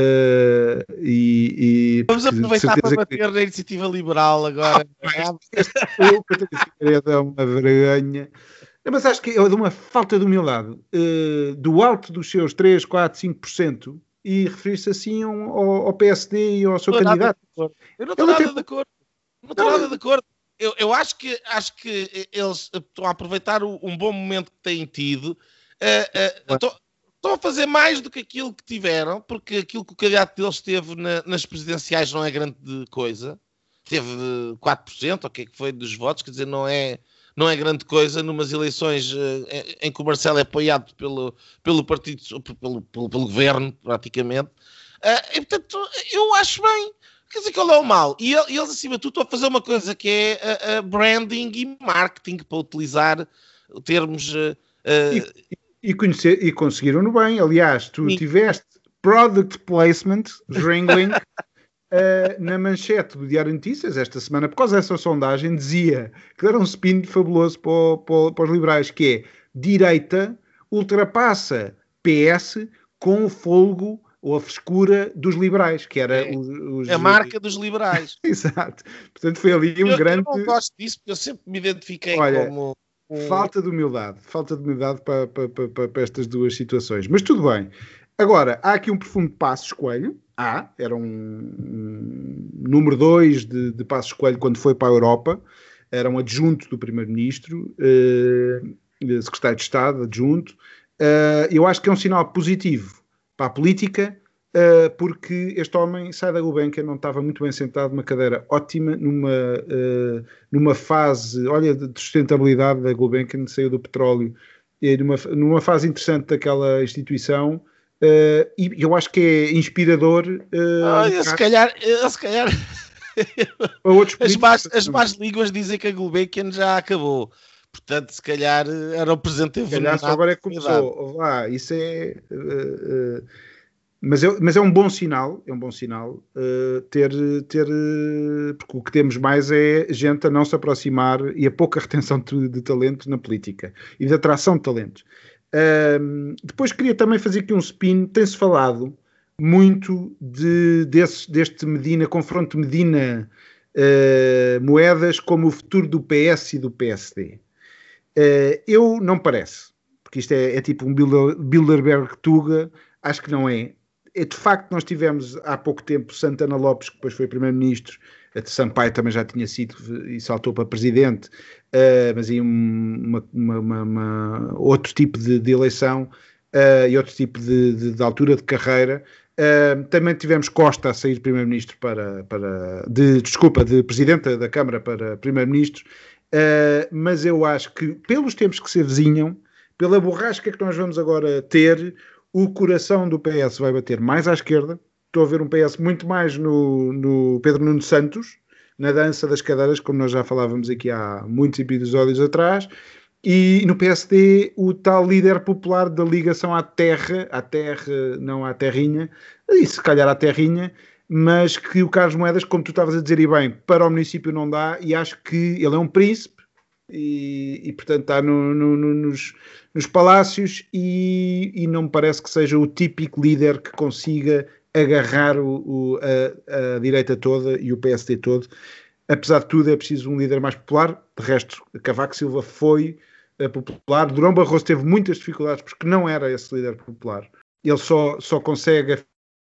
Uh, e, e Vamos aproveitar para bater que... na iniciativa liberal agora. Ah, este, o Coutinho de Figueiredo é uma vergonha. Mas acho que é de uma falta de humildade, uh, do alto dos seus três, quatro, cinco por cento e referir-se assim ao, ao P S D e ao seu candidato. Eu não estou nada de acordo. Não estou nada de acordo. Eu, eu acho, que, acho que eles estão a aproveitar o, um bom momento que têm tido. Uh, uh, estão, estão a fazer mais do que aquilo que tiveram, porque aquilo que o candidato deles teve na, nas presidenciais não é grande coisa. Teve quatro por cento, ou o que é que foi dos votos, quer dizer, não é... Não é grande coisa numas eleições uh, em que o Marcelo é apoiado pelo, pelo partido, pelo, pelo, pelo governo, praticamente. Uh, e, portanto, eu acho bem. Quer dizer, qual é o mal? E eles, acima de tudo, estão a fazer uma coisa que é uh, uh, branding e marketing, para utilizar termos... Uh, uh, e, e, conhecer, e conseguiram-no bem. Aliás, tu sim. tiveste product placement, Ringling... Uh, na manchete do Diário de Notícias esta semana, por causa dessa sondagem, dizia que era um spin fabuloso para, o, para, para os liberais, que é: direita ultrapassa P S com o fôlego ou a frescura dos liberais, que era é, os, os... a marca dos liberais. Exato. Portanto, foi ali um eu, grande... Eu não gosto disso, porque eu sempre me identifiquei Olha, como... falta de humildade. Falta de humildade para, para, para, para estas duas situações. Mas tudo bem. Agora, há aqui um perfume de Passos Coelho. Ah, era um, um número dois de, de Passos Coelho quando foi para a Europa. Era um adjunto do Primeiro-Ministro, uh, secretário de Estado, adjunto. Uh, eu acho que é um sinal positivo para a política, uh, porque este homem sai da Gulbenkian, não estava muito bem sentado numa cadeira ótima, numa, uh, numa fase, olha, de sustentabilidade da Gulbenkian, saiu do petróleo, e numa, numa fase interessante daquela instituição. Uh, e eu acho que é inspirador. Uh, Olha, se calhar, eu, se calhar as, más, as más línguas dizem que a Gulbenkian já acabou. Portanto, se calhar era o presente envenenado. Agora é que começou. Lá, isso é. Uh, uh, Mas é, mas é um bom sinal, é um bom sinal uh, ter, ter uh, porque o que temos mais é gente a não se aproximar e a pouca retenção de, de talento na política e de atração de talentos. Uh, depois queria também fazer aqui um spin. Tem-se falado muito de, desse, deste Medina, confronto Medina uh, Moedas como o futuro do P S e do P S D. Uh, eu não parece, porque isto é, é tipo um Bilderberg-Tuga, acho que não é. De facto, nós tivemos há pouco tempo Santana Lopes, que depois foi primeiro-ministro, a de Sampaio também já tinha sido e saltou para presidente, uh, mas aí uma, uma, uma, uma, outro tipo de, de eleição uh, e outro tipo de, de, de altura de carreira. Uh, também tivemos Costa a sair primeiro-ministro para, para de, desculpa, de presidente da Câmara para primeiro-ministro, uh, mas eu acho que pelos tempos que se avizinham, pela borrasca que nós vamos agora ter, o coração do P S vai bater mais à esquerda. Estou a ver um P S muito mais no, no Pedro Nuno Santos, na dança das cadeiras, como nós já falávamos aqui há muitos episódios atrás, e no P S D o tal líder popular da ligação à terra, à terra, não à terrinha, e se calhar à terrinha, mas que o Carlos Moedas, como tu estavas a dizer, e bem, para o município não dá, e acho que ele é um príncipe, e, e portanto está no, no, no, nos, nos palácios e, e não me parece que seja o típico líder que consiga agarrar o, o, a, a direita toda e o P S D todo. Apesar de tudo é preciso um líder mais popular. De resto, Cavaco Silva foi uh, popular. Durão Barroso teve muitas dificuldades porque não era esse líder popular. Ele só, só consegue a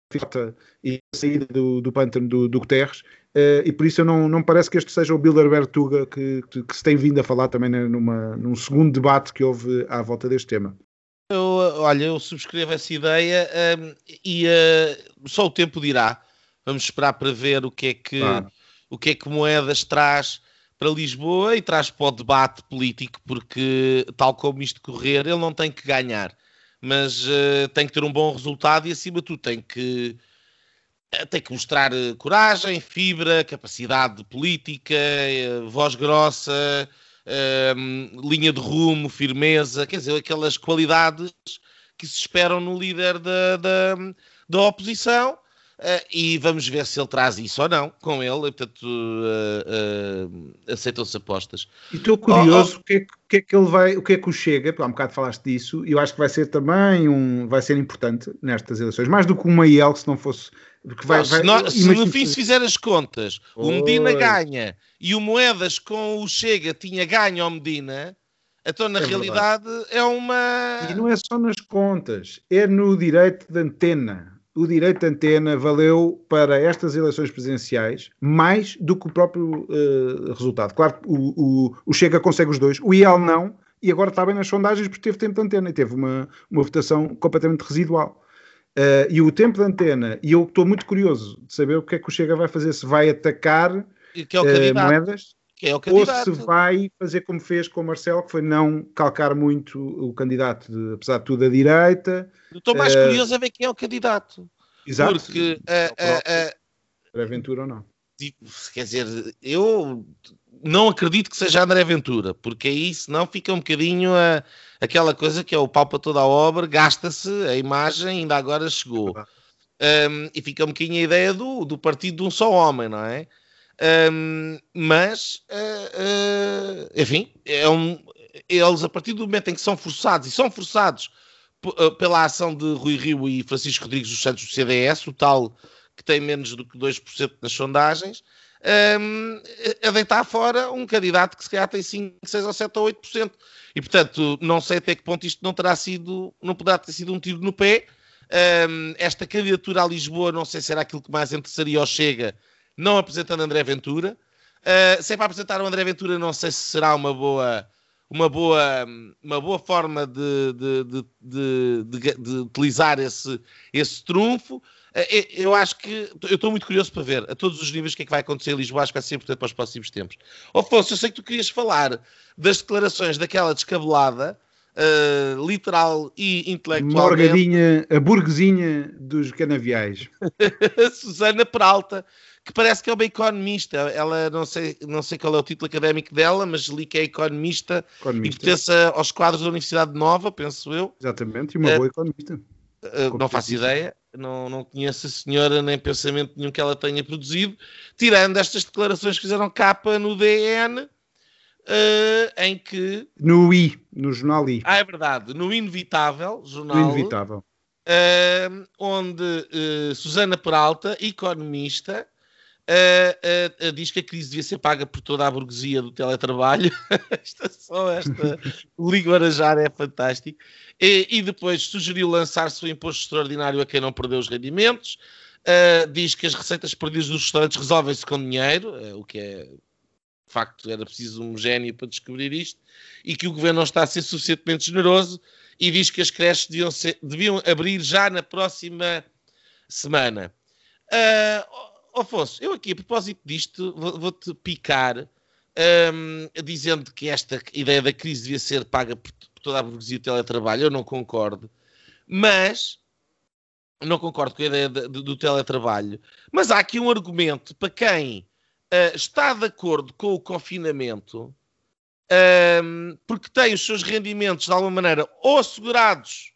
e a saída do, do pântano do, do Guterres. Uh, e por isso eu não, não parece que este seja o Bilderberg Tuga que, que, que se tem vindo a falar também numa, num segundo debate que houve à volta deste tema. Eu, olha, eu subscrevo essa ideia um, e uh, só o tempo dirá. Vamos esperar para ver o que é que, ah. o que é que Moedas traz para Lisboa e traz para o debate político, porque tal como isto correr, ele não tem que ganhar, mas uh, tem que ter um bom resultado e acima de tudo tem que tem que mostrar coragem, fibra, capacidade política, voz grossa, um, linha de rumo, firmeza, quer dizer, aquelas qualidades que se esperam no líder da, da, da oposição. Uh, e vamos ver se ele traz isso ou não com ele, e, portanto uh, uh, aceitam-se apostas. E estou curioso oh, oh. O, que é, o que é que ele vai, o que é que o Chega, há um bocado falaste disso, e eu acho que vai ser também um, vai ser importante nestas eleições, mais do que o Maiel, se não fosse. Porque vai, não, vai, se, não, se no fim se fizer as contas, oh. o Medina ganha e o Moedas com o Chega tinha ganho ao Medina, então na é realidade verdade. É uma. E não é só nas contas, é no direito de antena. O direito de antena valeu para estas eleições presidenciais mais do que o próprio uh, resultado. Claro que o, o, o Chega consegue os dois, o I E L não, e agora está bem nas sondagens porque teve tempo de antena e teve uma, uma votação completamente residual. Uh, e o tempo de antena, e eu estou muito curioso de saber o que é que o Chega vai fazer, se vai atacar que é o uh, moedas, que é o ou se vai fazer como fez com o Marcelo, que foi não calcar muito o candidato, de, apesar de tudo, da direita. Estou mais uh, curioso a ver quem é o candidato. Exato. Porque uh, uh, uh, André Ventura ou não? Quer dizer, eu não acredito que seja André Ventura, porque aí senão fica um bocadinho a, aquela coisa que é o pau para toda a obra, gasta-se a imagem, ainda agora chegou. É um, e fica um bocadinho a ideia do, do partido de um só homem, não é? Um, mas, uh, uh, enfim, é um, eles a partir do momento em que são forçados, e são forçados p- uh, pela ação de Rui Rio e Francisco Rodrigues dos Santos do C D S, o tal que tem menos do que dois por cento nas sondagens, um, a deitar fora um candidato que se calhar tem cinco, seis ou sete ou oito por cento. E, portanto, não sei até que ponto isto não terá sido, não poderá ter sido um tiro no pé. Um, esta candidatura a Lisboa não sei se era aquilo que mais interessaria ao Chega, não apresentando André Ventura. Uh, se é para apresentar o André Ventura, não sei se será uma boa, uma boa, uma boa forma de, de, de, de, de, de utilizar esse, esse trunfo. Uh, eu acho que, eu estou muito curioso para ver a todos os níveis o que é que vai acontecer em Lisboa. Acho que vai ser importante para os próximos tempos. Afonso, eu sei que tu querias falar das declarações daquela descabelada, Uh, literal e intelectual. Morgadinha, a burguesinha dos canaviais. Susana Peralta, que parece que é uma economista. Ela, não sei, não sei qual é o título académico dela, mas li que é economista, economista. E pertence aos quadros da Universidade Nova, penso eu. Exatamente, e uma uh, boa economista. Uh, não faço ideia. não, não conheço a senhora nem pensamento nenhum que ela tenha produzido, tirando estas declarações que fizeram capa no D N, uh, em que... No I, no jornal I. Ah, é verdade, no Inevitável, jornal... No Inevitável. Uh, onde uh, Susana Peralta, economista, uh, uh, uh, diz que a crise devia ser paga por toda a burguesia do teletrabalho. Esta, só esta linguarajar é fantástico. E, e depois sugeriu lançar-se o imposto extraordinário a quem não perdeu os rendimentos. Uh, diz que as receitas perdidas dos restaurantes resolvem-se com dinheiro, uh, o que é, de facto, era preciso um gênio para descobrir isto, e que o governo não está a ser suficientemente generoso, e diz que as creches deviam, ser, deviam abrir já na próxima semana. Uh, Afonso, eu aqui, a propósito disto, vou, vou-te picar, um, dizendo que esta ideia da crise devia ser paga por toda a burguesia do teletrabalho. Eu não concordo, mas não concordo com a ideia de, de, do teletrabalho, mas há aqui um argumento para quem uh, está de acordo com o confinamento, um, porque tem os seus rendimentos de alguma maneira ou assegurados,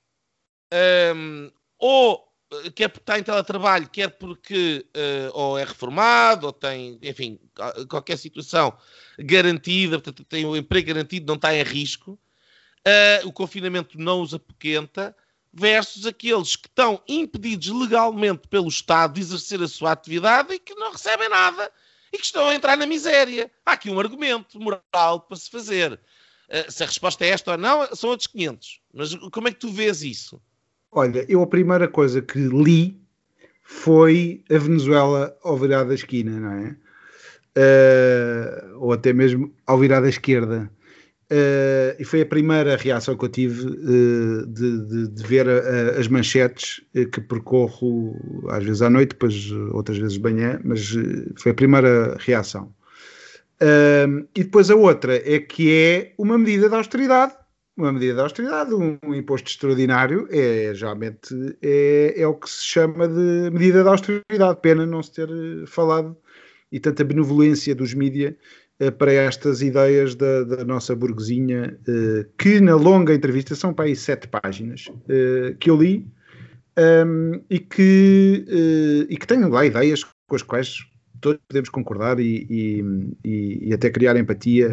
um, ou quer porque está em teletrabalho, quer porque uh, ou é reformado, ou tem, enfim, qualquer situação garantida, portanto tem o emprego garantido, não está em risco. Uh, o confinamento não os apoquenta, versus aqueles que estão impedidos legalmente pelo Estado de exercer a sua atividade e que não recebem nada e que estão a entrar na miséria. Há aqui um argumento moral para se fazer. Uh, se a resposta é esta ou não, são outros quinhentos. Mas como é que tu vês isso? Olha, eu a primeira coisa que li foi a Venezuela ao virar da esquina, não é? Uh, ou até mesmo ao virar da esquerda. Uh, e foi a primeira reação que eu tive uh, de, de, de ver uh, as manchetes uh, que percorro às vezes à noite, depois uh, outras vezes de manhã, mas uh, foi a primeira reação. Uh, e depois a outra é que é uma medida de austeridade. Uma medida de austeridade, um, um imposto extraordinário, é, geralmente é, é o que se chama de medida de austeridade. Pena não se ter falado e tanta benevolência dos mídia para estas ideias da, da nossa burguesinha, eh, que na longa entrevista, são para aí sete páginas, eh, que eu li, um, e, que, eh, e que tenho lá ideias com as quais todos podemos concordar e, e, e, e até criar empatia.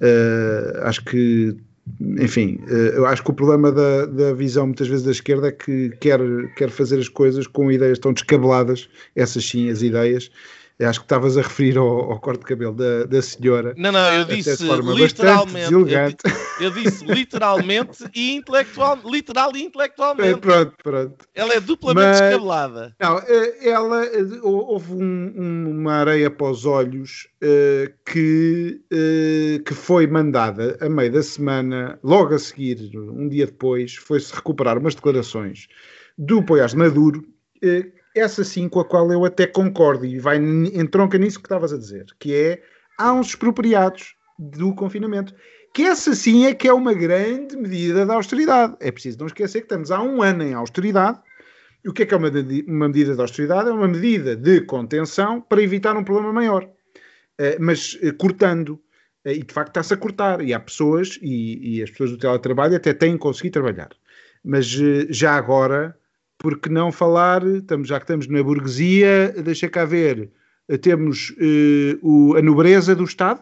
Uh, acho que, enfim, uh, eu acho que o problema da, da visão muitas vezes da esquerda é que quer, quer fazer as coisas com ideias tão descabeladas, essas sim, as ideias. Eu acho que estavas a referir ao, ao corte de cabelo da, da senhora. Não, não, eu disse literalmente. Eu, eu disse literalmente e intelectual, literal e intelectualmente. É, pronto, pronto. Ela é duplamente Mas, descabelada. Não, ela, houve um, uma areia para os olhos uh, que, uh, que foi mandada a meio da semana, logo a seguir, um dia depois, foi-se recuperar umas declarações do Poiás de Maduro, uh, essa sim com a qual eu até concordo e vai entronca nisso que estavas a dizer, que é, há uns expropriados do confinamento, que essa sim é que é uma grande medida de austeridade. É preciso não esquecer que estamos há um ano em austeridade. E o que é que é uma, uma medida de austeridade? É uma medida de contenção para evitar um problema maior, uh, mas uh, cortando, uh, e de facto está-se a cortar, e há pessoas, e, e as pessoas do teletrabalho até têm conseguido trabalhar, mas uh, já agora, porque não falar, estamos, já que estamos na burguesia, deixa cá ver, temos uh, o, a nobreza do Estado,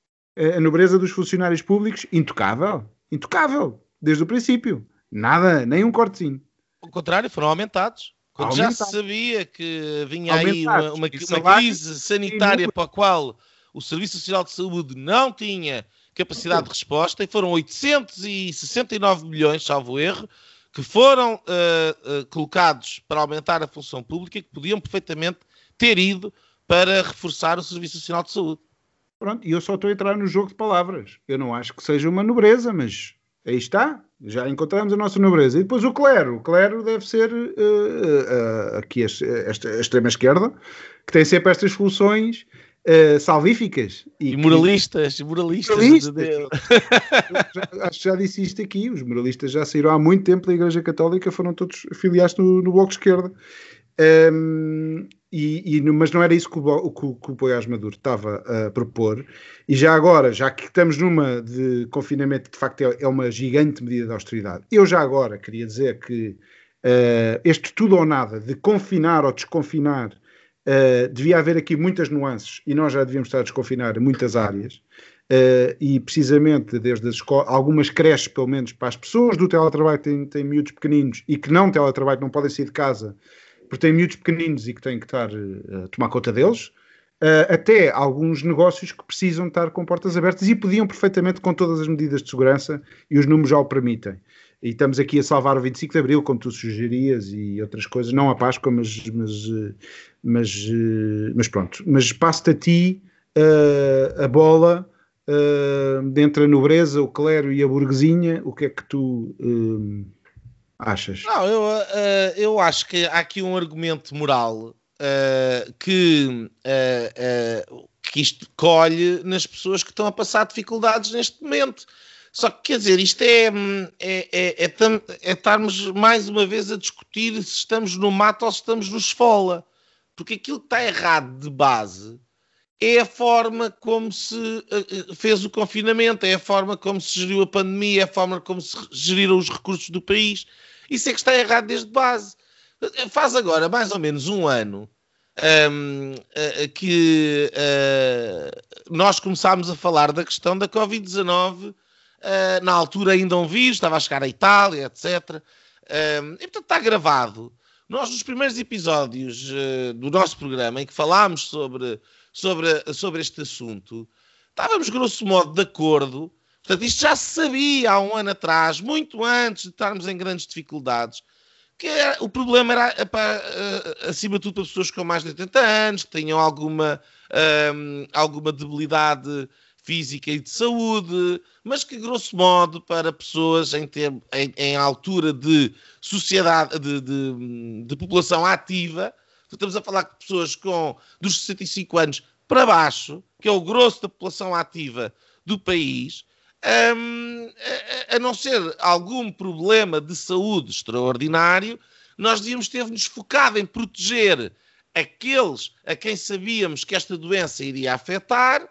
a nobreza dos funcionários públicos, intocável, intocável, desde o princípio, nada, nem um cortezinho. Ao contrário, foram aumentados. Quando aumentados. Já se sabia que vinha aí uma, uma, uma crise sanitária para a qual o Serviço Social de Saúde não tinha capacidade de resposta, e foram oitocentos e sessenta e nove milhões, salvo erro, que foram uh, uh, colocados para aumentar a função pública, que podiam perfeitamente ter ido para reforçar o Serviço Nacional de Saúde. Pronto, e eu só estou a entrar no jogo de palavras. Eu não acho que seja uma nobreza, mas aí está, já encontramos a nossa nobreza. E depois o clero. O clero deve ser uh, uh, aqui esta, a extrema-esquerda, que tem sempre estas soluções Uh, salvíficas e, e moralistas, que... moralistas, moralistas. De Deus. Já, acho que já disse isto aqui, os moralistas já saíram há muito tempo da Igreja Católica, foram todos filiados no, no Bloco de Esquerda, um, e, e, mas não era isso que o, que, que o Poiás Maduro estava a propor. E já agora, já que estamos numa de confinamento, de facto é, é uma gigante medida de austeridade, eu já agora queria dizer que Uh, este tudo ou nada, de confinar ou desconfinar, uh, devia haver aqui muitas nuances e nós já devíamos estar a desconfinar muitas áreas. Uh, e precisamente desde as escolas, algumas creches, pelo menos para as pessoas do teletrabalho que têm, têm miúdos pequeninos e que não teletrabalho, não podem sair de casa porque têm miúdos pequeninos e que têm que estar uh, a tomar conta deles, uh, até alguns negócios que precisam estar com portas abertas e podiam perfeitamente com todas as medidas de segurança e os números já o permitem. E estamos aqui a salvar o vinte e cinco de Abril, como tu sugerias, e outras coisas, não a Páscoa, mas, mas, mas, mas pronto. Mas passo-te a ti uh, a bola. Uh, entre a nobreza, o clero e a burguesinha, o que é que tu uh, achas? Não, eu, uh, eu acho que há aqui um argumento moral uh, que, uh, uh, que isto colhe nas pessoas que estão a passar dificuldades neste momento. Só que, quer dizer, isto é, é, é, é, tam, é estarmos mais uma vez a discutir se estamos no mato ou se estamos no esfola. Porque aquilo que está errado de base é a forma como se uh, fez o confinamento, é a forma como se geriu a pandemia, é a forma como se geriram os recursos do país. Isso é que está errado desde base. Faz agora mais ou menos um ano um, uh, que uh, nós começámos a falar da questão da covid dezanove, uh, na altura ainda um vírus, estava a chegar à Itália, etcétera. Um, e portanto está gravado. Nós nos primeiros episódios uh, do nosso programa em que falámos sobre... Sobre, sobre este assunto, estávamos grosso modo de acordo. Portanto, isto já se sabia há um ano atrás, muito antes de estarmos em grandes dificuldades, que era, o problema era para, acima de tudo para pessoas com mais de oitenta anos, que tenham alguma, um, alguma debilidade física e de saúde, mas que grosso modo para pessoas em, ter, em, em altura de sociedade, de, de, de população ativa. Estamos a falar de pessoas com dos sessenta e cinco anos para baixo, que é o grosso da população ativa do país, um, a, a não ser algum problema de saúde extraordinário, nós devíamos ter-nos focado em proteger aqueles a quem sabíamos que esta doença iria afetar,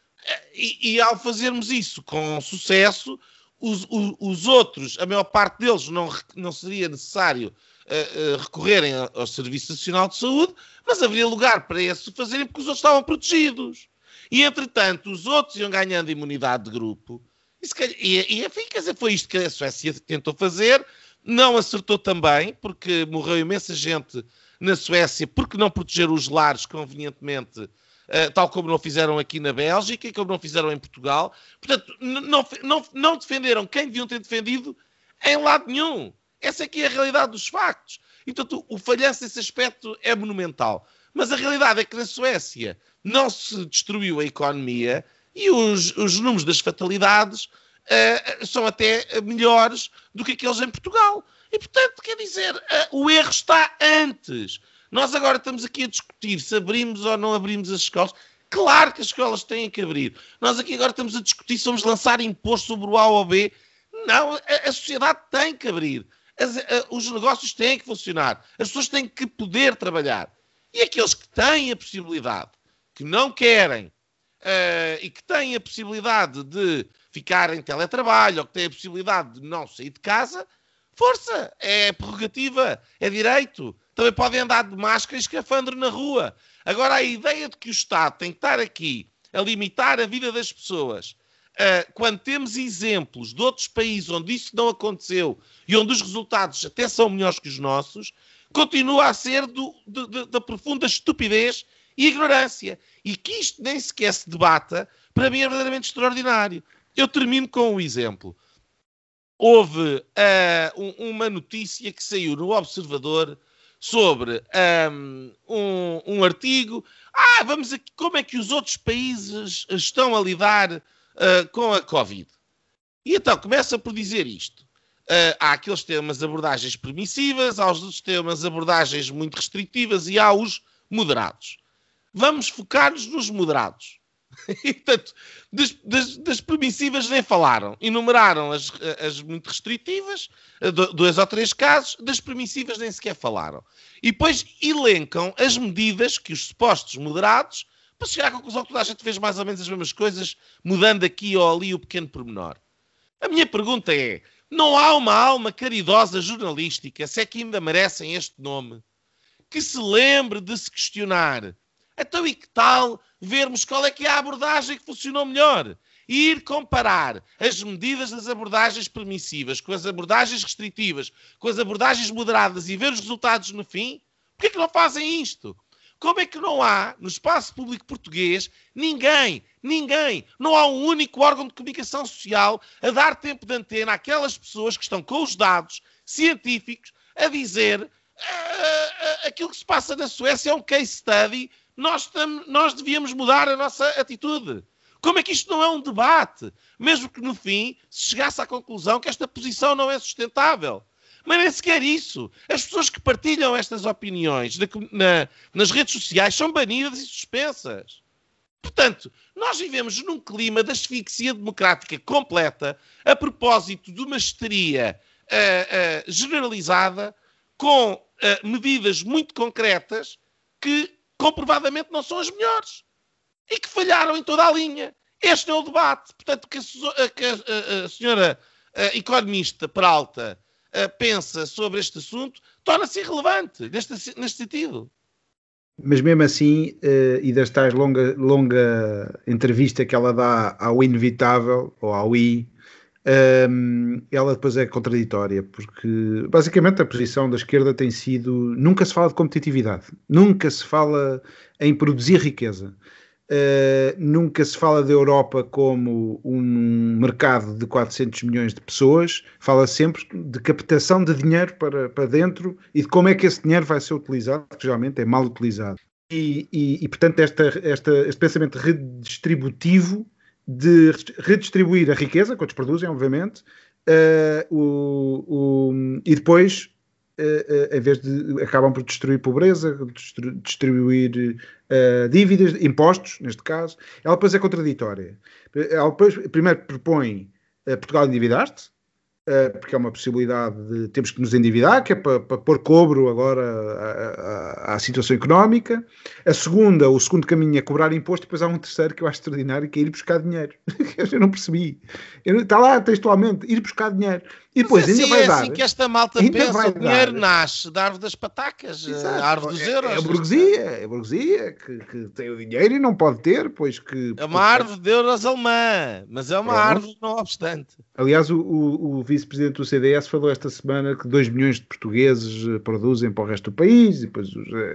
e, e ao fazermos isso com sucesso, os, os, os outros, a maior parte deles, não, não seria necessário Uh, uh, recorrerem ao Serviço Nacional de Saúde, mas haveria lugar para esse fazerem porque os outros estavam protegidos. E, entretanto, os outros iam ganhando imunidade de grupo. E, se calhar, e, e enfim, quer dizer, foi isto que a Suécia tentou fazer. Não acertou também, porque morreu imensa gente na Suécia porque não protegeram os lares convenientemente, uh, tal como não fizeram aqui na Bélgica e como não fizeram em Portugal. Portanto, não, não, não defenderam quem deviam ter defendido em lado nenhum. Essa aqui é a realidade dos factos. E, portanto, o falhanço nesse aspecto é monumental. Mas a realidade é que na Suécia não se destruiu a economia e os, os números das fatalidades uh, são até melhores do que aqueles em Portugal. E, portanto, quer dizer, uh, o erro está antes. Nós agora estamos aqui a discutir se abrimos ou não abrimos as escolas. Claro que as escolas têm que abrir. Nós aqui agora estamos a discutir se vamos lançar imposto sobre o A ou B. Não, a, a sociedade tem que abrir. As, a, os negócios têm que funcionar, as pessoas têm que poder trabalhar. E aqueles que têm a possibilidade, que não querem, uh, e que têm a possibilidade de ficar em teletrabalho, ou que têm a possibilidade de não sair de casa, força, é prerrogativa, é direito. Também podem andar de máscara e escafandro na rua. Agora, a ideia de que o Estado tem que estar aqui a limitar a vida das pessoas, Uh, quando temos exemplos de outros países onde isso não aconteceu e onde os resultados até são melhores que os nossos, continua a ser do, de, de, da profunda estupidez e ignorância. E que isto nem sequer se debata, para mim é verdadeiramente extraordinário. Eu termino com um exemplo. Houve uh, um, uma notícia que saiu no Observador sobre um, um, um artigo. Ah, vamos aqui, como é que os outros países estão a lidar Uh, com a Covid. E então começa por dizer isto. Uh, há aqueles que têm umas abordagens permissivas, há os outros que têm umas abordagens muito restritivas e há os moderados. Vamos focar-nos nos moderados. E, portanto, das, das, das permissivas nem falaram. Enumeraram as, as muito restritivas, dois ou três casos, das permissivas nem sequer falaram. E depois elencam as medidas que os supostos moderados, para chegar à conclusão que toda a gente fez mais ou menos as mesmas coisas, mudando aqui ou ali o pequeno pormenor. A minha pergunta é, Não há uma alma caridosa jornalística, se é que ainda merecem este nome, que se lembre de se questionar. Então e que tal vermos qual é que é a abordagem que funcionou melhor? E ir comparar as medidas das abordagens permissivas com as abordagens restritivas, com as abordagens moderadas e ver os resultados no fim? Porquê que não fazem isto? Como é que não há, no espaço público português, ninguém, ninguém, não há um único órgão de comunicação social a dar tempo de antena àquelas pessoas que estão com os dados científicos a dizer uh, uh, aquilo que se passa na Suécia é um case study, nós, tam, nós devíamos mudar a nossa atitude. Como é que isto não é um debate? Mesmo que no fim se chegasse à conclusão que esta posição não é sustentável. Mas nem sequer isso. As pessoas que partilham estas opiniões na, na, nas redes sociais são banidas e suspensas. Portanto, nós vivemos num clima de asfixia democrática completa a propósito de uma histeria uh, uh, generalizada com uh, medidas muito concretas que comprovadamente não são as melhores e que falharam em toda a linha. Este é o debate. Portanto, que a, que a, a, a senhora a economista Peralta Uh, pensa sobre este assunto, torna-se irrelevante neste, neste sentido. Mas mesmo assim, uh, e das tais longa, longa entrevista que ela dá ao Inevitável, ou ao I, um, ela depois é contraditória, porque basicamente a posição da esquerda tem sido, nunca se fala de competitividade, nunca se fala em produzir riqueza. Uh, nunca se fala da Europa como um mercado de quatrocentos milhões de pessoas, fala sempre de captação de dinheiro para, para dentro e de como é que esse dinheiro vai ser utilizado, que geralmente é mal utilizado. E, e, e portanto, esta, esta, este pensamento redistributivo de redistribuir a riqueza, que outros produzem, obviamente, uh, o, o, e depois... Uh, uh, em vez de acabam por destruir pobreza, destru, distribuir uh, dívidas, impostos, neste caso, ela depois é contraditória. Ela depois, primeiro propõe uh, Portugal endividar-se, uh, porque é uma possibilidade de temos que nos endividar, que é para, para pôr cobro agora à, à, à situação económica. A segunda, o segundo caminho é cobrar imposto, e depois há um terceiro que eu acho extraordinário, que é ir buscar dinheiro. Eu não percebi. Eu, está lá textualmente, ir buscar dinheiro. E depois mas ainda assim, vai é dar. assim que esta malta pensa, o dinheiro dar. nasce da árvore das patacas, a árvore dos euros. É a burguesia, é a burguesia que, que tem o dinheiro e não pode ter, pois que... É uma árvore de euros alemã, mas é uma Pronto. árvore não obstante. Aliás, o, o, o vice-presidente do C D S falou esta semana que dois milhões de portugueses produzem para o resto do país, e depois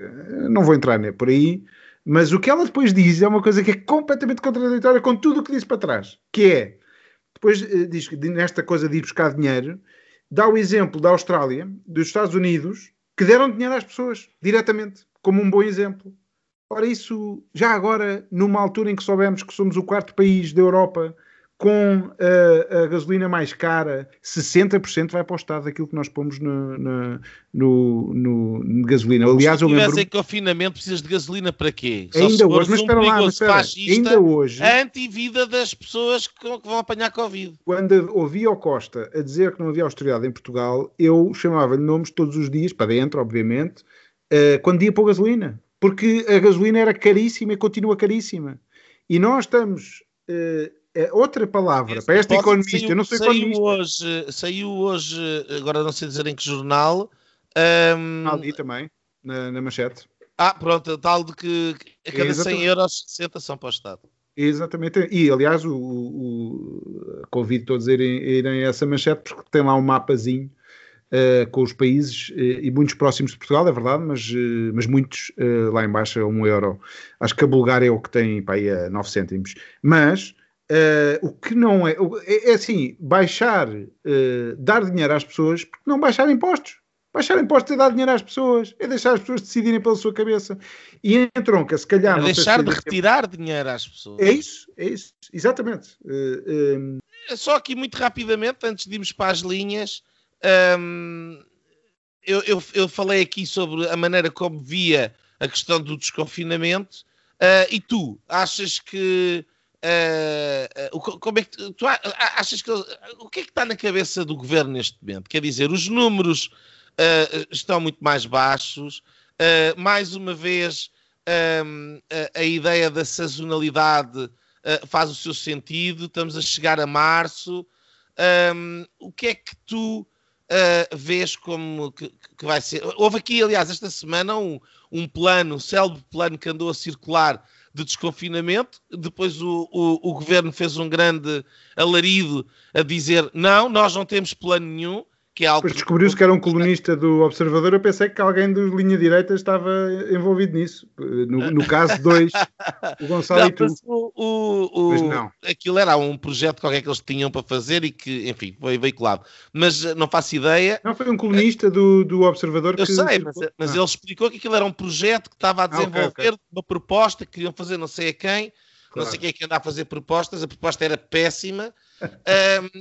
não vou entrar né, por aí, mas o que ela depois diz é uma coisa que é completamente contraditória com tudo o que disse para trás, que é, depois diz que nesta coisa de ir buscar dinheiro, dá o exemplo da Austrália, dos Estados Unidos, que deram dinheiro às pessoas, diretamente, como um bom exemplo. Ora, isso, já agora, numa altura em que soubemos que somos o quarto país da Europa com a, a gasolina mais cara, sessenta por cento vai para o Estado daquilo que nós pomos no, no, no, no, no gasolina. Aliás, se tu tivesse lembro... em confinamento, precisas de gasolina para quê? Só ainda se hoje, mas um espera lá, mas espera, ainda hoje, a antivida das pessoas que, que vão apanhar Covid. Quando ouvia o Costa a dizer que não havia austeridade em Portugal, eu chamava-lhe nomes todos os dias, para dentro, obviamente, uh, quando ia para a gasolina. Porque a gasolina era caríssima e continua caríssima. E nós estamos... Uh, outra palavra, Esse para esta economista, saiu, eu não sou saiu economista. Hoje, saiu hoje, agora não sei dizer em que jornal. Um... Ali também, na, na manchete. Ah, pronto, tal de que a cada cem euros, sessenta são para o Estado. Exatamente, e aliás o, o, convido todos a irem, a irem a essa manchete, porque tem lá um mapazinho uh, com os países, uh, e muitos próximos de Portugal, é verdade, mas, uh, mas muitos uh, lá em baixo a um euro. Acho que a Bulgária é o que tem para aí a nove cêntimos. Mas Uh, o que não é, é, é assim, baixar, uh, dar dinheiro às pessoas, porque não baixar impostos. Baixar impostos é dar dinheiro às pessoas, é deixar as pessoas decidirem pela sua cabeça. E entronca, se calhar... É não deixar se de retirar é... dinheiro às pessoas. É isso, é isso, exatamente. Uh, um... Só aqui muito rapidamente, antes de irmos para as linhas, um, eu, eu, eu falei aqui sobre a maneira como via a questão do desconfinamento, uh, e tu achas que Uh, uh, como é que tu, tu achas que o que é que está na cabeça do governo neste momento? Quer dizer, os números uh, estão muito mais baixos, uh, mais uma vez um, a, a ideia da sazonalidade uh, faz o seu sentido, estamos a chegar a março, um, o que é que tu uh, vês como que, que vai ser? Houve aqui, aliás, esta semana um, um plano, um célebre plano que andou a circular de desconfinamento. Depois o, o, o governo fez um grande alarido a dizer não, nós não temos plano nenhum. Que é Depois descobriu-se que era um colunista do Observador. Eu pensei que alguém do linha direita estava envolvido nisso. No, no caso dois, o Gonçalo não, e tu. O, o, o, não. Aquilo era um projeto qualquer que eles tinham para fazer e que, enfim, foi veiculado. Mas não faço ideia. Não, foi um colunista do, do Observador eu que... Eu sei, mas, mas ah. ele explicou que aquilo era um projeto que estava a desenvolver ah, okay, okay. uma proposta que queriam fazer não sei a quem. Claro. Não sei quem é que anda a fazer propostas, a proposta era péssima. um,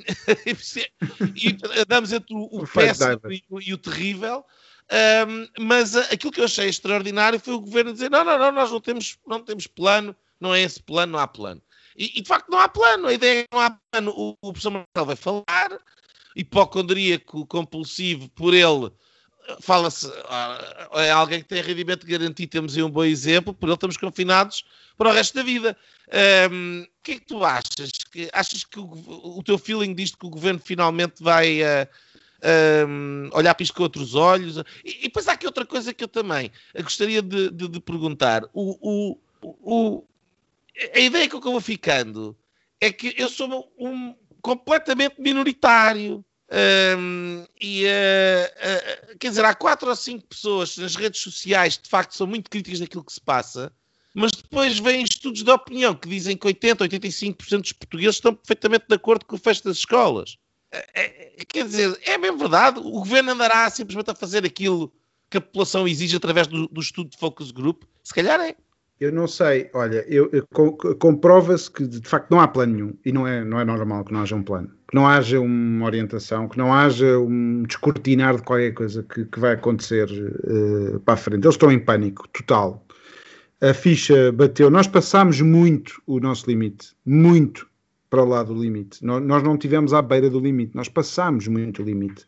e andamos entre o, o péssimo e o, e o terrível. Um, mas aquilo que eu achei extraordinário foi o governo dizer: não, não, não, nós não temos, não temos plano, não é esse plano, não há plano. E, e de facto não há plano, a ideia é que não há plano. O, o professor Marcelo vai falar, hipocondríaco compulsivo por ele. Fala-se, é alguém que tem rendimento garantido, temos aí um bom exemplo, por ele estamos confinados para o resto da vida. Um, o que é que tu achas? Que, achas que o, o teu feeling diz que o governo finalmente vai uh, um, olhar para isto com outros olhos? E, e depois há aqui outra coisa que eu também gostaria de, de, de perguntar. O, o, o, a ideia que eu vou ficando é que eu sou um completamente minoritário. Um, e uh, uh, quer dizer, há quatro ou cinco pessoas nas redes sociais que de facto são muito críticas daquilo que se passa, mas depois vêm estudos de opinião que dizem que oitenta, oitenta e cinco por cento dos portugueses estão perfeitamente de acordo com o fecho das escolas. Uh, uh, quer dizer, é mesmo verdade? O governo andará simplesmente a fazer aquilo que a população exige através do, do estudo de focus group? Se calhar é. Eu não sei, olha, eu, eu, comprova-se que de facto não há plano nenhum e não é, não é normal que não haja um plano, que não haja uma orientação, que não haja um descortinar de qualquer coisa que, que vai acontecer uh, para a frente. Eles estão em pânico total. A ficha bateu, nós passámos muito o nosso limite, muito para o lado do limite. Nós, nós não estivemos à beira do limite, nós passámos muito o limite.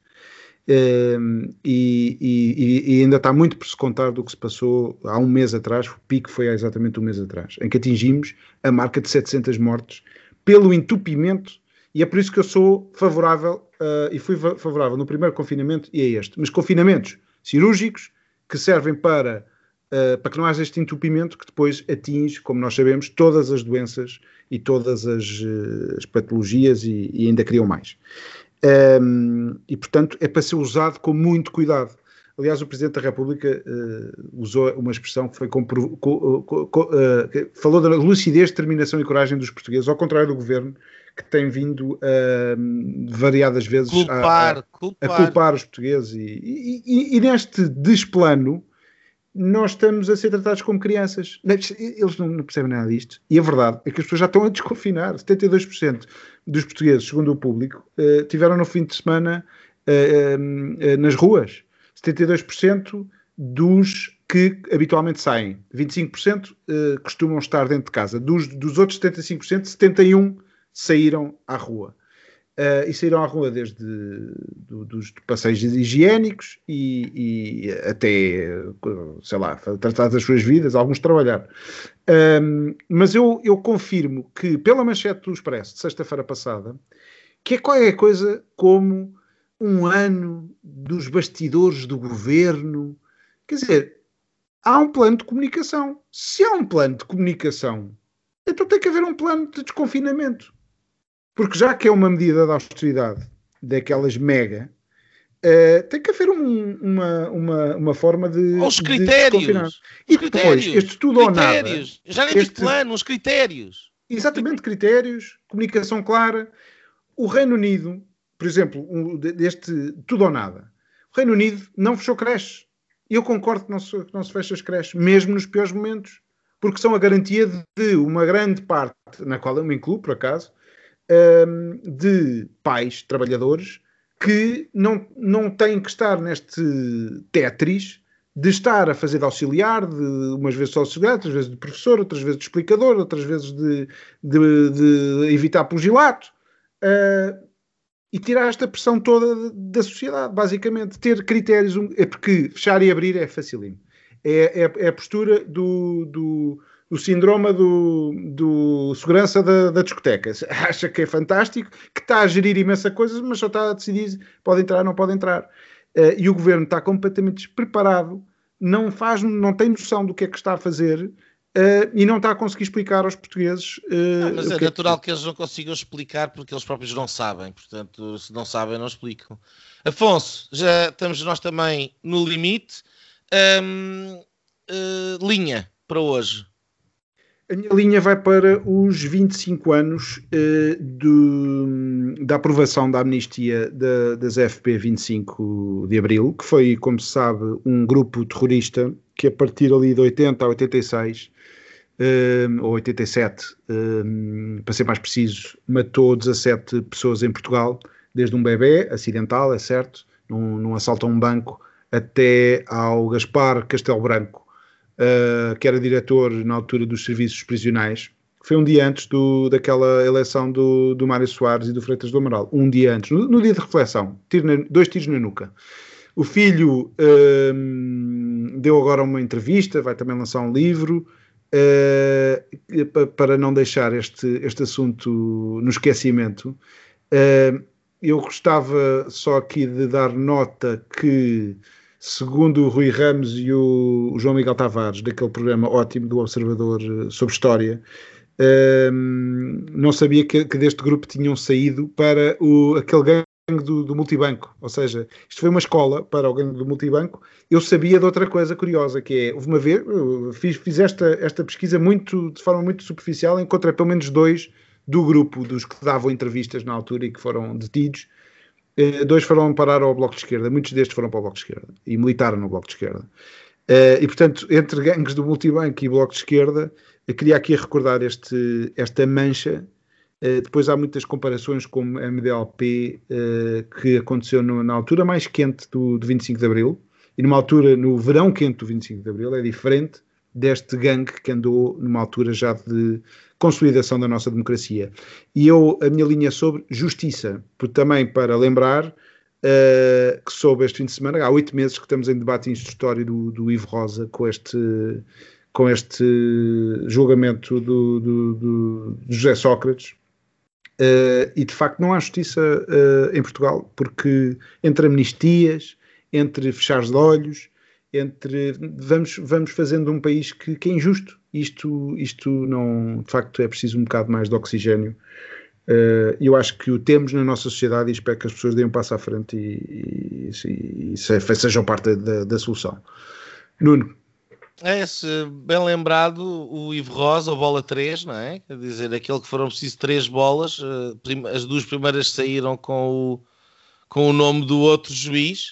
Uh, e, e, e ainda está muito por se contar do que se passou há um mês atrás. O pico foi há exatamente um mês atrás, em que atingimos a marca de setecentas mortes pelo entupimento, e é por isso que eu sou favorável uh, e fui favorável no primeiro confinamento e a este, mas confinamentos cirúrgicos que servem para, uh, para que não haja este entupimento que depois atinge, como nós sabemos, todas as doenças e todas as, uh, as patologias e, e ainda criam mais. Um, e portanto é para ser usado com muito cuidado. Aliás, o Presidente da República uh, usou uma expressão que foi compro, co, co, co, uh, que falou da lucidez, determinação e coragem dos portugueses, ao contrário do Governo, que tem vindo uh, variadas vezes culpar, a, a, culpar. a culpar os portugueses e, e, e, e neste desplano nós estamos a ser tratados como crianças. Eles não percebem nada disto. E a verdade é que as pessoas já estão a desconfinar. setenta e dois por cento dos portugueses, segundo o público, tiveram no fim de semana nas ruas. setenta e dois por cento dos que habitualmente saem. vinte e cinco por cento costumam estar dentro de casa. Dos, dos outros setenta e cinco por cento, setenta e um por cento saíram à rua. Uh, e saíram à rua desde do, dos passeios higiênicos e, e até, sei lá, tratar das suas vidas, alguns trabalhar. Um, mas eu, eu confirmo que, pela manchete do Expresso de sexta-feira passada, que é qualquer coisa como um ano dos bastidores do governo. Quer dizer, há um plano de comunicação. Se há um plano de comunicação, então tem que haver um plano de desconfinamento. Porque já que é uma medida de austeridade daquelas mega, uh, tem que haver um, uma, uma, uma forma de... Os critérios. De os e depois, critérios, este tudo ou nada... Já nem este plano, os critérios. Exatamente, critérios, comunicação clara. O Reino Unido, por exemplo, um, deste tudo ou nada, o Reino Unido não fechou creches. Eu concordo que não se, que não se fecha as creches, mesmo nos piores momentos, porque são a garantia de uma grande parte, na qual eu me incluo, por acaso, de pais, trabalhadores, que não, não têm que estar neste Tetris de estar a fazer de auxiliar, de umas vezes só auxiliar, outras vezes de professor, outras vezes de explicador, outras vezes de, de, de evitar pugilato, uh, e tirar esta pressão toda da sociedade, basicamente. Ter critérios, é porque fechar e abrir é facílimo. É, é, é a postura do... do o síndrome do, do segurança da, da discoteca. Acha que é fantástico, que está a gerir imensa coisa, mas só está a decidir pode entrar ou não pode entrar. Uh, e o governo está completamente despreparado, não, faz, não tem noção do que é que está a fazer uh, e não está a conseguir explicar aos portugueses. Uh, não, mas o é que natural é que... que eles não consigam explicar porque eles próprios não sabem. Portanto, se não sabem, não explicam. Afonso, já estamos nós também no limite. Um, uh, linha para hoje. A minha linha vai para os vinte e cinco anos uh, do, da aprovação da amnistia da, das F P vinte e cinco de Abril, que foi, como se sabe, um grupo terrorista que a partir ali de oitenta a oitenta e seis, uh, ou oitenta e sete, uh, para ser mais preciso, matou dezassete pessoas em Portugal, desde um bebê acidental, é certo, num, num assalto a um banco, até ao Gaspar Castelo Branco, Uh, que era diretor na altura dos serviços prisionais. Foi um dia antes do, daquela eleição do, do Mário Soares e do Freitas do Amaral. Um dia antes, no, no dia de reflexão. Tiro na, dois tiros na nuca. O filho uh, deu agora uma entrevista, vai também lançar um livro, uh, para não deixar este, este assunto no esquecimento. Uh, eu gostava só aqui de dar nota que, segundo o Rui Ramos e o João Miguel Tavares, daquele programa ótimo do Observador sobre História, um, não sabia que, que deste grupo tinham saído para o, aquele gangue do, do multibanco. Ou seja, isto foi uma escola para o gangue do multibanco. Eu sabia de outra coisa curiosa, que é, houve uma vez, fiz, fiz esta, esta pesquisa muito, de forma muito superficial, encontrei pelo menos dois do grupo, dos que davam entrevistas na altura e que foram detidos. Uh, dois foram parar ao Bloco de Esquerda, muitos destes foram para o Bloco de Esquerda e militaram no Bloco de Esquerda. Uh, e, portanto, entre gangues do Multibanco e Bloco de Esquerda, eu queria aqui recordar este, esta mancha. Uh, depois há muitas comparações com a M D L P, uh, que aconteceu no, na altura mais quente do, do vinte e cinco de Abril, e numa altura, no verão quente do vinte e cinco de Abril, é diferente deste gangue que andou numa altura já de consolidação da nossa democracia. E eu, a minha linha é sobre justiça, porque também para lembrar uh, que soube este fim de semana, há oito meses que estamos em debate instrutório do, do Ivo Rosa com este, com este julgamento do, do, do, do José Sócrates, uh, e de facto não há justiça uh, em Portugal, porque entre amnistias, entre fechar de olhos, entre vamos, vamos fazendo um país que, que é injusto. Isto, isto não, de facto, é preciso um bocado mais de oxigênio. Uh, eu acho que o temos na nossa sociedade e espero que as pessoas deem um passo à frente e, e, e sejam parte da, da solução. Nuno. É, se bem lembrado, o Ivo Rosa, o bola três, não é? Quer dizer, aquele que foram preciso três bolas, as duas primeiras saíram com o, com o nome do outro juiz.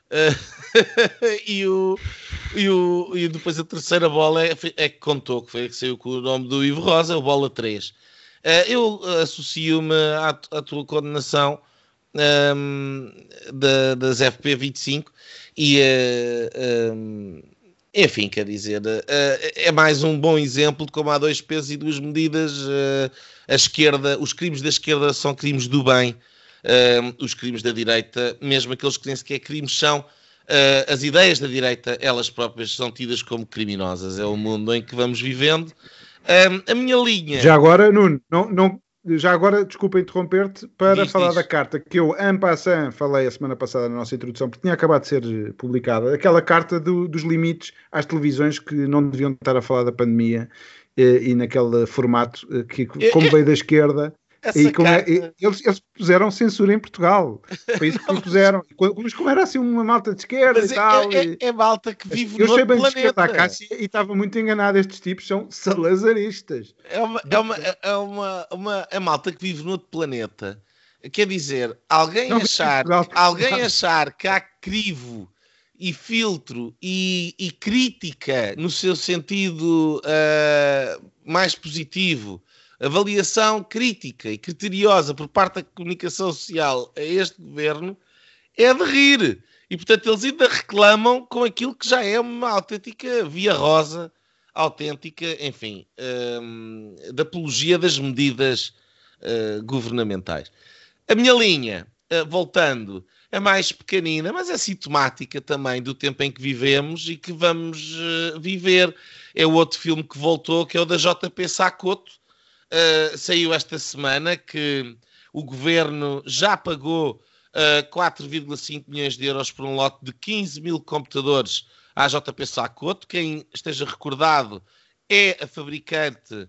e, o, e, o, e depois a terceira bola é, é que contou, que foi a que saiu com o nome do Ivo Rosa, o bola três. Uh, eu associo-me à, à tua condenação um, da, das F P vinte e cinco e uh, um, enfim, quer dizer, uh, é mais um bom exemplo de como há dois pesos e duas medidas. Uh, a esquerda, os crimes da esquerda são crimes do bem. Uh, os crimes da direita, mesmo aqueles que nem sequer crimes são, uh, as ideias da direita, elas próprias são tidas como criminosas. É o mundo em que vamos vivendo. Uh, a minha linha... Já agora, Nuno, não, não, já agora, desculpa interromper-te, para diz, falar diz. da carta que eu, en passant, falei a semana passada na nossa introdução, porque tinha acabado de ser publicada, aquela carta do, dos limites às televisões que não deviam estar a falar da pandemia e, e naquele formato que, como veio da esquerda... E como é, e eles, eles puseram censura em Portugal. Foi isso que não, puseram. Mas como era assim uma malta de esquerda e tal. É, é, é malta que vive no planeta. Eu sei bem de esquerda a Cássia e estava muito enganado. Estes tipos são salazaristas. É uma, é uma, é uma, uma é malta que vive no outro planeta. Quer dizer, alguém, não, achar, alguém achar que há crivo e filtro e, e crítica no seu sentido uh, mais positivo, avaliação crítica e criteriosa por parte da comunicação social a este governo, é de rir. E, portanto, eles ainda reclamam com aquilo que já é uma autêntica via rosa, autêntica, enfim, hum, da apologia das medidas uh, governamentais. A minha linha, uh, voltando, é mais pequenina, mas é sintomática também do tempo em que vivemos e que vamos uh, viver. É o outro filme que voltou, que é o da J P Sacoto. Uh, saiu esta semana que o governo já pagou uh, quatro vírgula cinco milhões de euros por um lote de quinze mil computadores à J P Sacoto. Quem esteja recordado é a fabricante...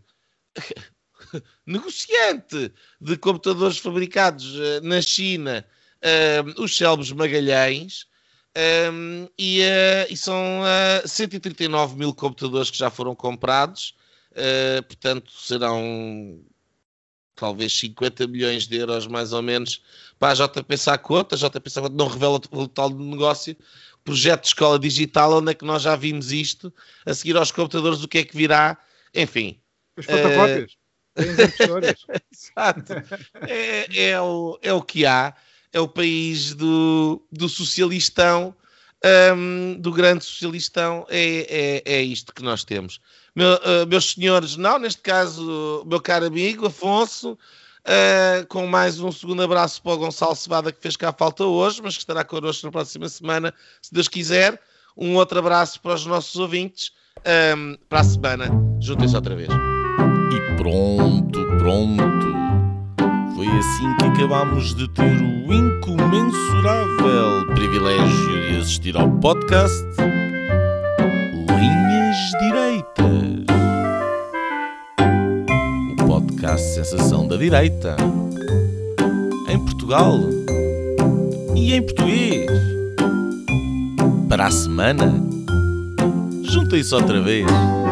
negociante de computadores fabricados uh, na China, uh, os célebres Magalhães, um, e, uh, e são uh, cento e trinta e nove mil computadores que já foram comprados, uh, portanto serão talvez cinquenta milhões de euros mais ou menos para a J P Sacoto. A J P Sacoto não revela o total do negócio. Projeto de escola digital, onde é que nós já vimos isto, a seguir aos computadores o que é que virá, enfim. As fotocópias. Uh, Exato. É, é, o, é o que há. É o país do, do socialistão, um, do grande socialistão. É, é, é isto que nós temos. Meu, uh, meus senhores, não, neste caso, meu caro amigo Afonso, uh, com mais um segundo abraço para o Gonçalo Cevada, que fez cá falta hoje, mas que estará connosco na próxima semana, se Deus quiser. Um outro abraço para os nossos ouvintes. Um, para a semana, juntem-se outra vez. E pronto, pronto. Foi assim que acabámos de ter o incomensurável privilégio de assistir ao podcast Linhas Direitas. O podcast sensação da direita. Em Portugal. E em português. Para a semana, juntem-se outra vez.